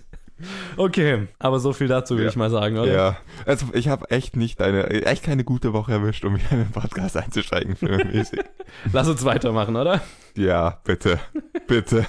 Okay, aber so viel dazu, würde ja. ich mal sagen, oder? Ja, also ich habe echt nicht eine, echt keine gute Woche erwischt, um wieder in den Podcast einzusteigen, filmmäßig. Lass uns weitermachen, oder? Ja, bitte, bitte.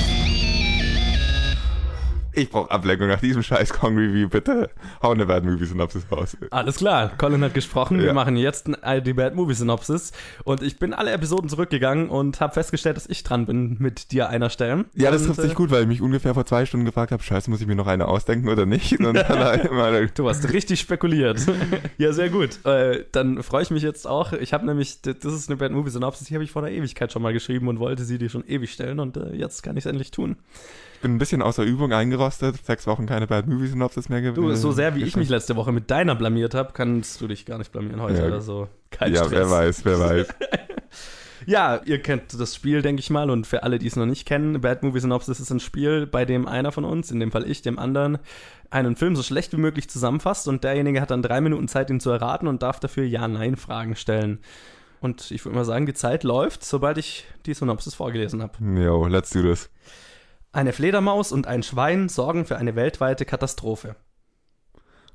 Ich brauche Ablenkung nach diesem scheiß Kong-Review, bitte. Hau eine Bad Movie Synopsis raus. Alles klar, Colin hat gesprochen, ja. wir machen jetzt die Bad Movie Synopsis und ich bin alle Episoden zurückgegangen und habe festgestellt, dass ich dran bin mit dir einer stellen. Ja, das und, trifft sich gut, weil ich mich ungefähr vor zwei Stunden gefragt habe, scheiße, muss ich mir noch eine ausdenken oder nicht? Und dann immer du hast richtig spekuliert. Ja, sehr gut. Äh, dann freue ich mich jetzt auch. Ich habe nämlich, das ist eine Bad Movie Synopsis, die habe ich vor einer Ewigkeit schon mal geschrieben und wollte sie dir schon ewig stellen und äh, jetzt kann ich es endlich tun. Ich bin ein bisschen außer Übung eingerostet, sechs Wochen keine Bad Movie Synopsis mehr gewesen. Du, so sehr wie ich mich letzte Woche mit deiner blamiert habe, kannst du dich gar nicht blamieren heute ja. oder so. Kein ja, Stress. wer weiß, wer weiß. Ja, ihr kennt das Spiel, denke ich mal, und für alle, die es noch nicht kennen, Bad Movie Synopsis ist ein Spiel, bei dem einer von uns, in dem Fall ich, dem anderen, einen Film so schlecht wie möglich zusammenfasst und derjenige hat dann drei Minuten Zeit, ihn zu erraten und darf dafür Ja-Nein-Fragen stellen. Und ich würde mal sagen, die Zeit läuft, sobald ich die Synopsis vorgelesen habe. Jo, let's do this. Eine Fledermaus und ein Schwein sorgen für eine weltweite Katastrophe.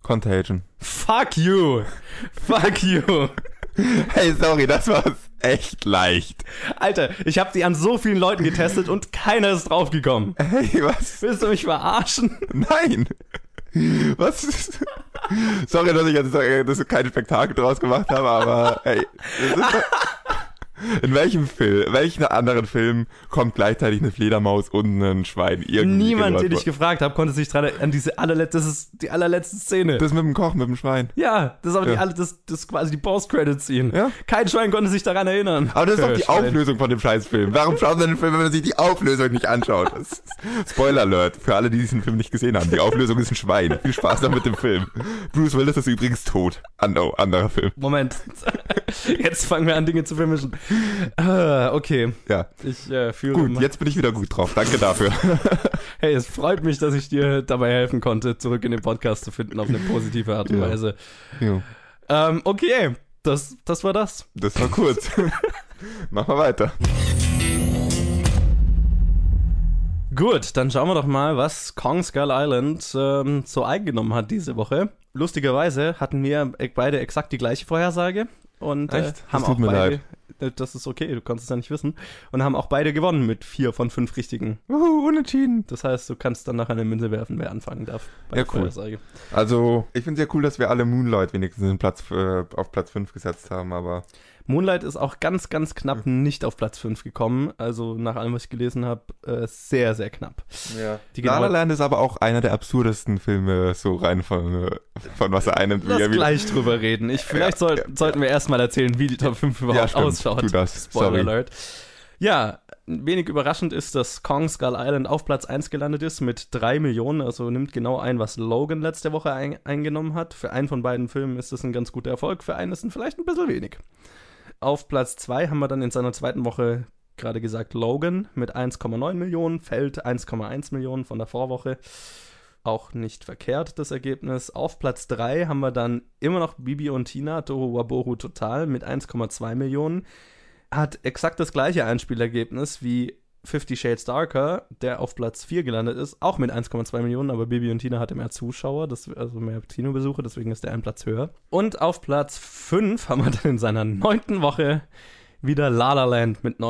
Contagion. Fuck you. Fuck you. Hey, sorry, das war echt leicht. Alter, ich habe die an so vielen Leuten getestet und keiner ist draufgekommen. Hey, was? Willst du mich verarschen? Nein. Was? Sorry, dass ich jetzt dass kein Spektakel draus gemacht habe, aber hey. Das ist, in welchem Film, welchen anderen Film kommt gleichzeitig eine Fledermaus und ein Schwein? Irgendwie Niemand, den vor? ich gefragt habe, konnte sich dran an diese allerletzte, das ist die allerletzte Szene. Das mit dem Koch, mit dem Schwein. Ja, das ist aber Ja. die alle, das, das ist quasi die Post-Credit-Scene. Ja. Kein Schwein konnte sich daran erinnern. Aber das ist doch Äh, die Schwein. Auflösung von dem Scheißfilm. Warum schaut man den Film, wenn man sich die Auflösung nicht anschaut? Das ist Spoiler Alert für alle, die diesen Film nicht gesehen haben. Die Auflösung ist ein Schwein. Viel Spaß noch mit dem Film. Bruce Willis ist übrigens tot. And oh, anderer Film. Moment. Jetzt fangen wir an, Dinge zu vermischen. Ah, okay. Ja. Ich äh, führe Gut, mal- jetzt bin ich wieder gut drauf. Danke dafür. Hey, es freut mich, dass ich dir dabei helfen konnte, zurück in den Podcast zu finden auf eine positive Art und Ja. Weise. Jo. Ähm, okay, das, das war das. Das war kurz. Mach mal weiter. Gut, dann schauen wir doch mal, was Kong Skull Island ähm, so eingenommen hat diese Woche. Lustigerweise hatten wir beide exakt die gleiche Vorhersage und äh, Echt? Das haben tut auch mir beide. leid. äh, Das ist okay, du kannst es ja nicht wissen. Und haben auch beide gewonnen mit vier von fünf richtigen. Uhu, unentschieden. Das heißt, du kannst dann nachher eine Münze werfen, wer anfangen darf. Bei Ja, der cool. Vorhersage. Also, ich finde es sehr cool, dass wir alle Moonlight wenigstens in Platz, äh, auf Platz fünf gesetzt haben, aber Moonlight ist auch ganz, ganz knapp nicht auf Platz fünf gekommen. Also nach allem, was ich gelesen habe, äh, sehr, sehr knapp. ja. Die La La genaue- Land ist aber auch einer der absurdesten Filme, so rein von, äh, von was er einnimmt. wie Lass er wieder- gleich drüber reden. Ich, vielleicht soll, ja, sollten wir erstmal erzählen, wie die Top fünf überhaupt Ja, stimmt. ausschaut. Tu das. Spoiler Sorry. Alert. Ja, wenig überraschend ist, dass Kong Skull Island auf Platz eins gelandet ist mit drei Millionen. Also nimmt genau ein, was Logan letzte Woche ein, eingenommen hat. Für einen von beiden Filmen ist das ein ganz guter Erfolg. Für einen ist es vielleicht ein bisschen wenig. Auf Platz zwei haben wir dann in seiner zweiten Woche gerade gesagt Logan mit eins Komma neun Millionen, Feld eins Komma eins Millionen von der Vorwoche. Auch nicht verkehrt, das Ergebnis. Auf Platz drei haben wir dann immer noch Bibi und Tina, Tohu Wabohu Total mit eins Komma zwei Millionen. Hat exakt das gleiche Einspielergebnis wie Fifty Shades Darker, der auf Platz vier gelandet ist, auch mit eins Komma zwei Millionen, aber Bibi und Tina hatte mehr Zuschauer, das, also mehr Kinobesuche, deswegen ist der einen Platz höher. Und auf Platz fünf haben wir dann in seiner neunten Woche wieder La La Land mit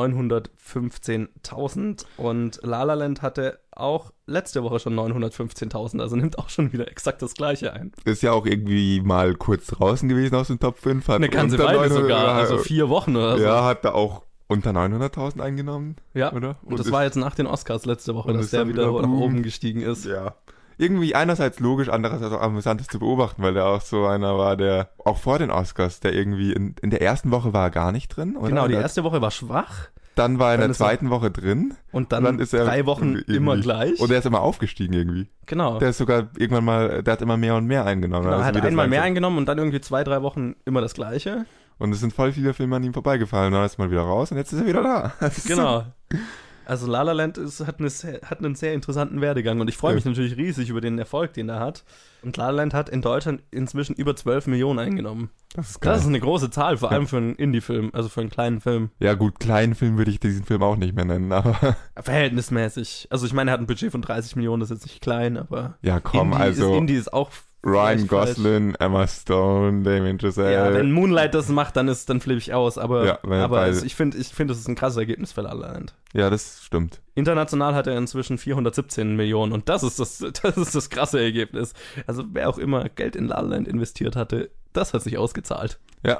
neunhundertfünfzehntausend und La La Land hatte auch letzte Woche schon neunhundertfünfzehntausend, also nimmt auch schon wieder exakt das gleiche ein. Ist ja auch irgendwie mal kurz draußen gewesen aus dem Top fünf. Hat Eine ganze unter Weile neunhundert sogar, also vier Wochen oder so. Ja, hat da auch unter neunhunderttausend eingenommen, Ja, oder? und das ist- war jetzt nach den Oscars letzte Woche, und dass ist der dann wieder wieder nach boom. oben gestiegen ist. Ja. Irgendwie einerseits logisch, andererseits auch amüsant ist zu beobachten, weil der auch so einer war, der auch vor den Oscars, der irgendwie in, in der ersten Woche war er gar nicht drin, oder? Genau, die Der- erste Woche war schwach Dann war er in dann der ist er- zweiten Woche drin. und dann, und dann ist er drei Wochen irgendwie- immer gleich. Und er ist immer aufgestiegen irgendwie. genau. Der ist sogar irgendwann mal, der hat immer mehr und mehr eingenommen. genau, Also er hat wieder einmal mehr langsam- eingenommen und dann irgendwie zwei, drei Wochen immer das Gleiche. Und es sind voll viele Filme an ihm vorbeigefallen. Dann ist er mal wieder raus und jetzt ist er wieder da. Das ist Genau. Also La La Land ist, hat, eine, sehr- hat einen sehr interessanten Werdegang und ich freue mich Ja. natürlich riesig über den Erfolg, den er hat. Und La La Land hat in Deutschland inzwischen über zwölf Millionen eingenommen. Das ist geil. Das ist eine große Zahl, vor Ja. allem für einen Indie-Film, also für einen kleinen Film. Ja gut, kleinen Film würde ich diesen Film auch nicht mehr nennen, aber Verhältnismäßig. Also ich meine, er hat ein Budget von dreißig Millionen, das ist jetzt nicht klein, aber ja komm, Indie, also ist, Indie ist auch Ryan vielleicht falsch. Gosling, Emma Stone, Damien Chazelle. Ja, wenn Moonlight das macht, dann ist dann flippe ich aus, aber, Ja, wenn er aber beide- also ich finde, ich finde, das ist ein krasses Ergebnis für La La Land. Ja, das stimmt. International hat er inzwischen vierhundertsiebzehn Millionen und das ist das, das ist das krasse Ergebnis. Also wer auch immer Geld in La La Land investiert hatte, das hat sich ausgezahlt. Ja.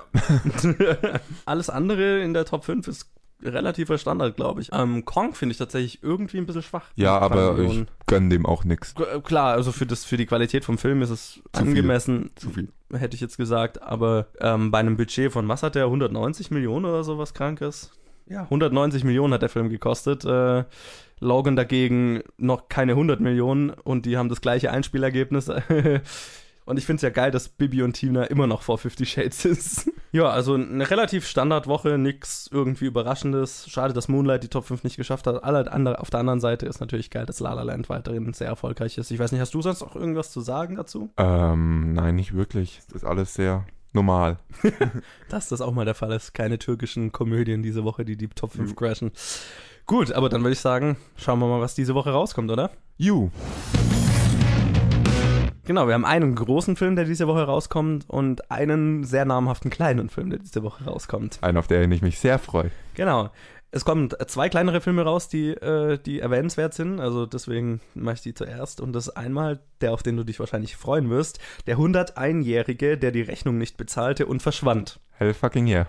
Alles andere in der Top fünf ist relativer Standard, glaube ich. Ähm, Kong finde ich tatsächlich irgendwie ein bisschen schwach. Ja, Mit drei aber ich Millionen. gönn dem auch nix. G- Klar, also für, das, für die Qualität vom Film ist es Zu viel. angemessen, Zu viel. hätte ich jetzt gesagt. Aber ähm, bei einem Budget von, was hat der, hundertneunzig Millionen oder sowas Krankes? Ja, hundertneunzig Millionen hat der Film gekostet. Äh, Logan dagegen noch keine hundert Millionen und die haben das gleiche Einspielergebnis. Und ich finde es ja geil, dass Bibi und Tina immer noch vor Fifty Shades ist. Ja, also eine relativ Standardwoche, nix irgendwie Überraschendes. Schade, dass Moonlight die Top fünf nicht geschafft hat. Alle andere, auf der anderen Seite ist natürlich geil, dass La La Land weiterhin sehr erfolgreich ist. Ich weiß nicht, hast du sonst noch irgendwas zu sagen dazu? Ähm, nein, nicht wirklich. Das ist alles sehr normal. Dass das auch mal der Fall ist. Keine türkischen Komödien diese Woche, die die Top fünf crashen. Gut, aber dann würde ich sagen, schauen wir mal, was diese Woche rauskommt, oder? You. Genau, wir haben einen großen Film, der diese Woche rauskommt und einen sehr namhaften kleinen Film, der diese Woche rauskommt. Einen, auf den ich mich sehr freue. Genau. Es kommen zwei kleinere Filme raus, die, äh, die erwähnenswert sind, also deswegen mache ich die zuerst. Und das ist einmal der, auf den du dich wahrscheinlich freuen wirst, der hunderteinjährige, der die Rechnung nicht bezahlte und verschwand. Hell fucking yeah.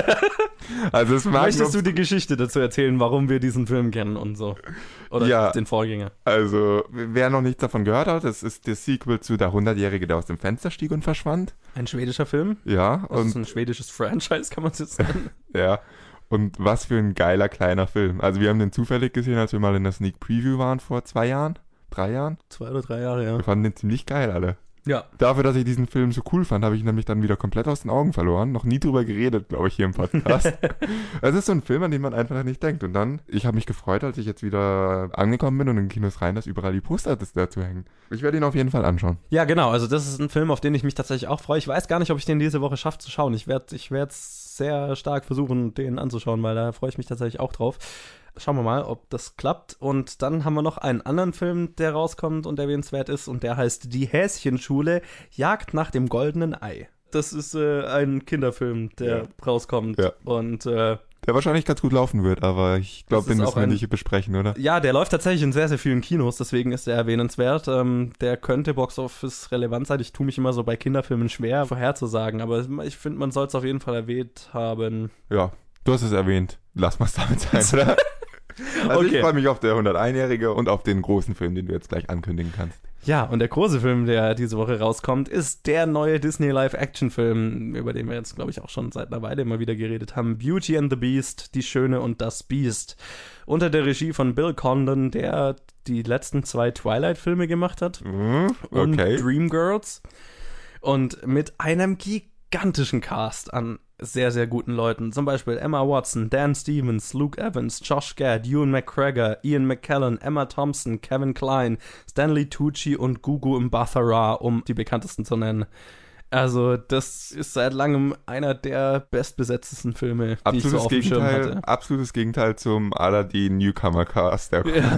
Also es mag Möchtest du die Geschichte dazu erzählen, warum wir diesen Film kennen und so? Oder ja, den Vorgänger? Also, wer noch nichts davon gehört hat, das ist das Sequel zu Der hundertjährige, der aus dem Fenster stieg und verschwand. Ein schwedischer Film? Ja. Das und ist ein schwedisches Franchise, kann man es jetzt sagen. Ja. Und was für ein geiler kleiner Film. Also wir haben den zufällig gesehen, als wir mal in der Sneak Preview waren vor zwei Jahren, drei Jahren. Zwei oder drei Jahre, ja. Wir fanden den ziemlich geil, alle. Ja. Dafür, dass ich diesen Film so cool fand, habe ich ihn nämlich dann wieder komplett aus den Augen verloren. Noch nie drüber geredet, glaube ich, hier im Podcast. Es ist so ein Film, an den man einfach nicht denkt. Und dann, ich habe mich gefreut, als ich jetzt wieder angekommen bin und in Kinos rein, dass überall die Poster dazu hängen. Ich werde ihn auf jeden Fall anschauen. Ja, genau. Also das ist ein Film, auf den ich mich tatsächlich auch freue. Ich weiß gar nicht, ob ich den diese Woche schaffe zu schauen. Ich werde ich werde sehr stark versuchen, den anzuschauen, weil da freue ich mich tatsächlich auch drauf. Schauen wir mal, ob das klappt. Und dann haben wir noch einen anderen Film, der rauskommt und erwähnenswert ist. Und der heißt Die Häschenschule, Jagd nach dem goldenen Ei. Das ist äh, ein Kinderfilm, der ja. rauskommt. Ja. Und äh, der wahrscheinlich ganz gut laufen wird, aber ich glaube, den müssen wir ein, nicht besprechen, oder? Ja, der läuft tatsächlich in sehr, sehr vielen Kinos, deswegen ist der erwähnenswert. Ähm, der könnte Box-Office relevant sein. Ich tue mich immer so bei Kinderfilmen schwer vorherzusagen, aber ich finde, man soll es auf jeden Fall erwähnt haben. Ja, du hast es erwähnt. Lass mal es damit sein, oder? Also okay. Ich freue mich auf der hunderteinjährige und auf den großen Film, den du jetzt gleich ankündigen kannst. Ja, und der große Film, der diese Woche rauskommt, ist der neue Disney Live-Action-Film, über den wir jetzt, glaube ich, auch schon seit einer Weile immer wieder geredet haben. Beauty and the Beast, Die Schöne und das Biest. Unter der Regie von Bill Condon, der die letzten zwei Twilight-Filme gemacht hat. Mm, okay. Und Dreamgirls. Und mit einem gigantischen Cast an sehr, sehr guten Leuten. Zum Beispiel Emma Watson, Dan Stevens, Luke Evans, Josh Gad, Ewan McGregor, Ian McKellen, Emma Thompson, Kevin Kline, Stanley Tucci und Gugu Mbatha-Raw, um die bekanntesten zu nennen. Also das ist seit langem einer der bestbesetztesten Filme, die absolutes ich so auf dem Schirm hatte. Absolutes Gegenteil zum Aladdin Newcomer Cast. Der ja,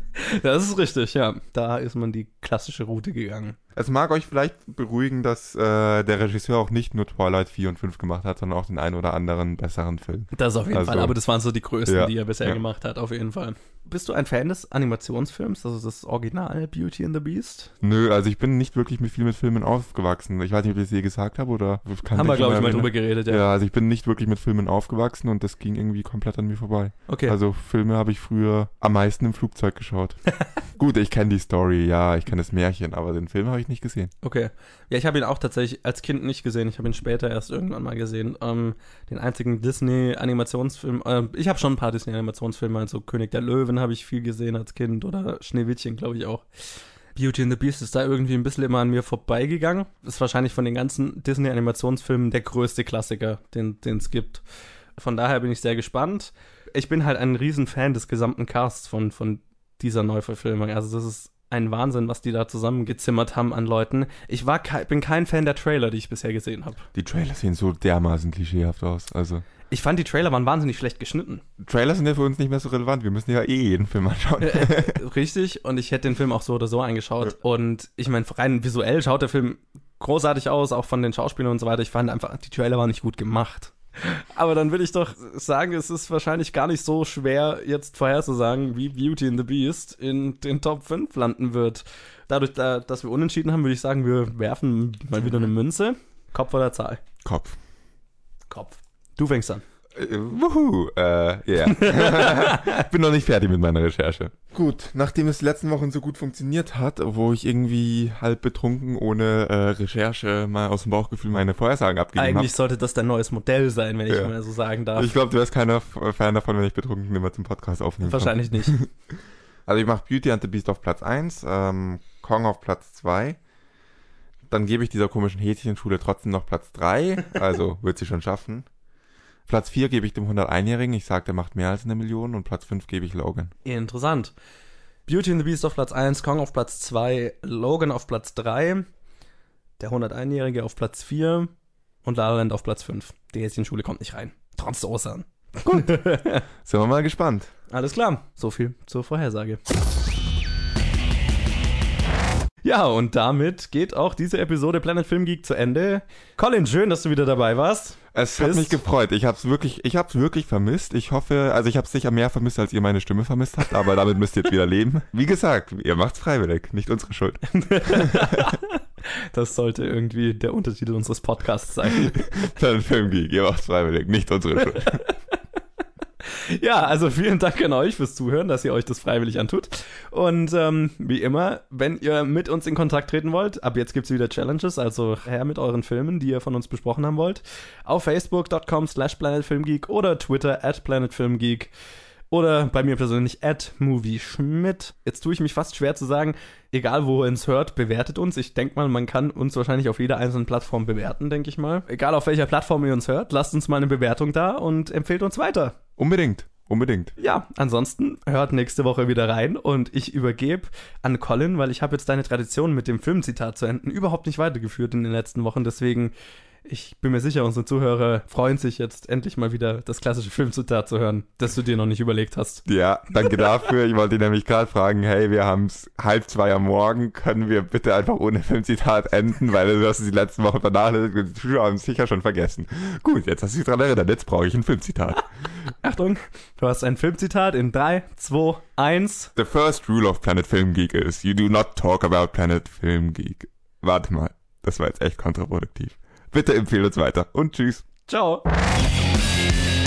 das ist richtig, ja. Da ist man die klassische Route gegangen. Es mag euch vielleicht beruhigen, dass äh, der Regisseur auch nicht nur Twilight vier und fünf gemacht hat, sondern auch den einen oder anderen besseren Film. Das auf jeden also, Fall, aber das waren so die größten, ja, die er bisher ja. gemacht hat, auf jeden Fall. Bist du ein Fan des Animationsfilms, also das Original Beauty and the Beast? Nö, also ich bin nicht wirklich mit viel mit Filmen aufgewachsen. Ich weiß nicht, ob ich das je gesagt habe oder... Haben wir, glaube ich, mal drüber geredet, ja. Ja, also ich bin nicht wirklich mit Filmen aufgewachsen und das ging irgendwie komplett an mir vorbei. Okay. Also Filme habe ich früher am meisten im Flugzeug geschaut. Gut, ich kenne die Story, ja, ich kenne das Märchen, aber den Film habe ich nicht gesehen. Okay. Ja, ich habe ihn auch tatsächlich als Kind nicht gesehen. Ich habe ihn später erst irgendwann mal gesehen. Ähm, den einzigen Disney-Animationsfilm, äh, ich habe schon ein paar Disney-Animationsfilme, also König der Löwen habe ich viel gesehen als Kind oder Schneewittchen, glaube ich auch. Beauty and the Beast ist da irgendwie ein bisschen immer an mir vorbeigegangen. Ist wahrscheinlich von den ganzen Disney-Animationsfilmen der größte Klassiker, den es gibt. Von daher bin ich sehr gespannt. Ich bin halt ein Riesenfan des gesamten Casts von, von dieser Neuverfilmung. Also das ist ein Wahnsinn, was die da zusammengezimmert haben an Leuten. Ich war ke- bin kein Fan der Trailer, die ich bisher gesehen habe. Die Trailer sehen so dermaßen klischeehaft aus, also... Ich fand, die Trailer waren wahnsinnig schlecht geschnitten. Trailer sind ja für uns nicht mehr so relevant. Wir müssen ja eh jeden Film anschauen. Richtig, und ich hätte den Film auch so oder so eingeschaut. Ja. Und ich meine, rein visuell schaut der Film großartig aus, auch von den Schauspielern und so weiter. Ich fand einfach, die Trailer waren nicht gut gemacht. Aber dann will ich doch sagen, es ist wahrscheinlich gar nicht so schwer, jetzt vorherzusagen, wie Beauty and the Beast in den Top fünf landen wird. Dadurch, dass wir unentschieden haben, würde ich sagen, wir werfen mal wieder eine Münze. Kopf oder Zahl? Kopf. Kopf. Du fängst an. Uh, wuhu, äh, ja. Yeah. Bin noch nicht fertig mit meiner Recherche. Gut, nachdem es die letzten Wochen so gut funktioniert hat, wo ich irgendwie halb betrunken ohne äh, Recherche mal aus dem Bauchgefühl meine Vorhersagen abgegeben habe. Eigentlich hab. sollte das dein neues Modell sein, wenn ich ja. mal so sagen darf. Ich glaube, du wärst keiner Fan davon, wenn ich betrunken immer zum Podcast aufnehmen Wahrscheinlich kann. nicht. Also ich mache Beauty and the Beast auf Platz eins, ähm, Kong auf Platz zwei. Dann gebe ich dieser komischen Häschenschule trotzdem noch Platz drei, also wird sie schon schaffen. Platz vier gebe ich dem hunderteinjährigen. Ich sage, der macht mehr als eine Million. Und Platz fünf gebe ich Logan. Interessant. Beauty and the Beast auf Platz eins, Kong auf Platz zwei, Logan auf Platz drei, der hunderteinjährige auf Platz vier und La La Land auf Platz fünf. Die Häschenschule kommt nicht rein. Trotz Ostern. Gut. Sind wir mal gespannt. Alles klar. So viel zur Vorhersage. Ja, und damit geht auch diese Episode Planet Film Geek zu Ende. Colin, schön, dass du wieder dabei warst. Es hat Bis- mich gefreut. Ich hab's wirklich, ich hab's wirklich vermisst. Ich hoffe, also ich hab's sicher mehr vermisst, als ihr meine Stimme vermisst habt, aber damit müsst ihr jetzt wieder leben. Wie gesagt, ihr macht's freiwillig, nicht unsere Schuld. Das sollte irgendwie der Untertitel unseres Podcasts sein. Planet Film Geek, ihr macht's freiwillig, nicht unsere Schuld. Ja, also vielen Dank an euch fürs Zuhören, dass ihr euch das freiwillig antut. Und ähm, wie immer, wenn ihr mit uns in Kontakt treten wollt, ab jetzt gibt's wieder Challenges, also her mit euren Filmen, die ihr von uns besprochen haben wollt, auf facebook.com slash planetfilmgeek oder Twitter at planetfilmgeek oder bei mir persönlich at movieschmidt. Jetzt tue ich mich fast schwer zu sagen, egal wo ihr uns hört, bewertet uns. Ich denke mal, man kann uns wahrscheinlich auf jeder einzelnen Plattform bewerten, denke ich mal. Egal auf welcher Plattform ihr uns hört, lasst uns mal eine Bewertung da und empfehlt uns weiter. Unbedingt, unbedingt. Ja, ansonsten hört nächste Woche wieder rein und ich übergebe an Colin, weil ich habe jetzt deine Tradition mit dem Filmzitat zu enden überhaupt nicht weitergeführt in den letzten Wochen, deswegen, ich bin mir sicher, unsere Zuhörer freuen sich jetzt endlich mal wieder das klassische Filmzitat zu hören, das du dir noch nicht überlegt hast. Ja, danke dafür. Ich wollte nämlich gerade fragen, hey, wir haben's halb zwei am Morgen, können wir bitte einfach ohne Filmzitat enden, weil du hast es die letzten Wochen vernachlässigt und die Zuschauer haben es sicher schon vergessen. Gut, jetzt hast du dich dran erinnert, jetzt brauche ich ein Filmzitat. Achtung, du hast ein Filmzitat in drei, zwei, eins. The first rule of Planet Film Geek is, you do not talk about Planet Film Geek. Warte mal, das war jetzt echt kontraproduktiv. Bitte empfehle uns weiter und tschüss. Ciao.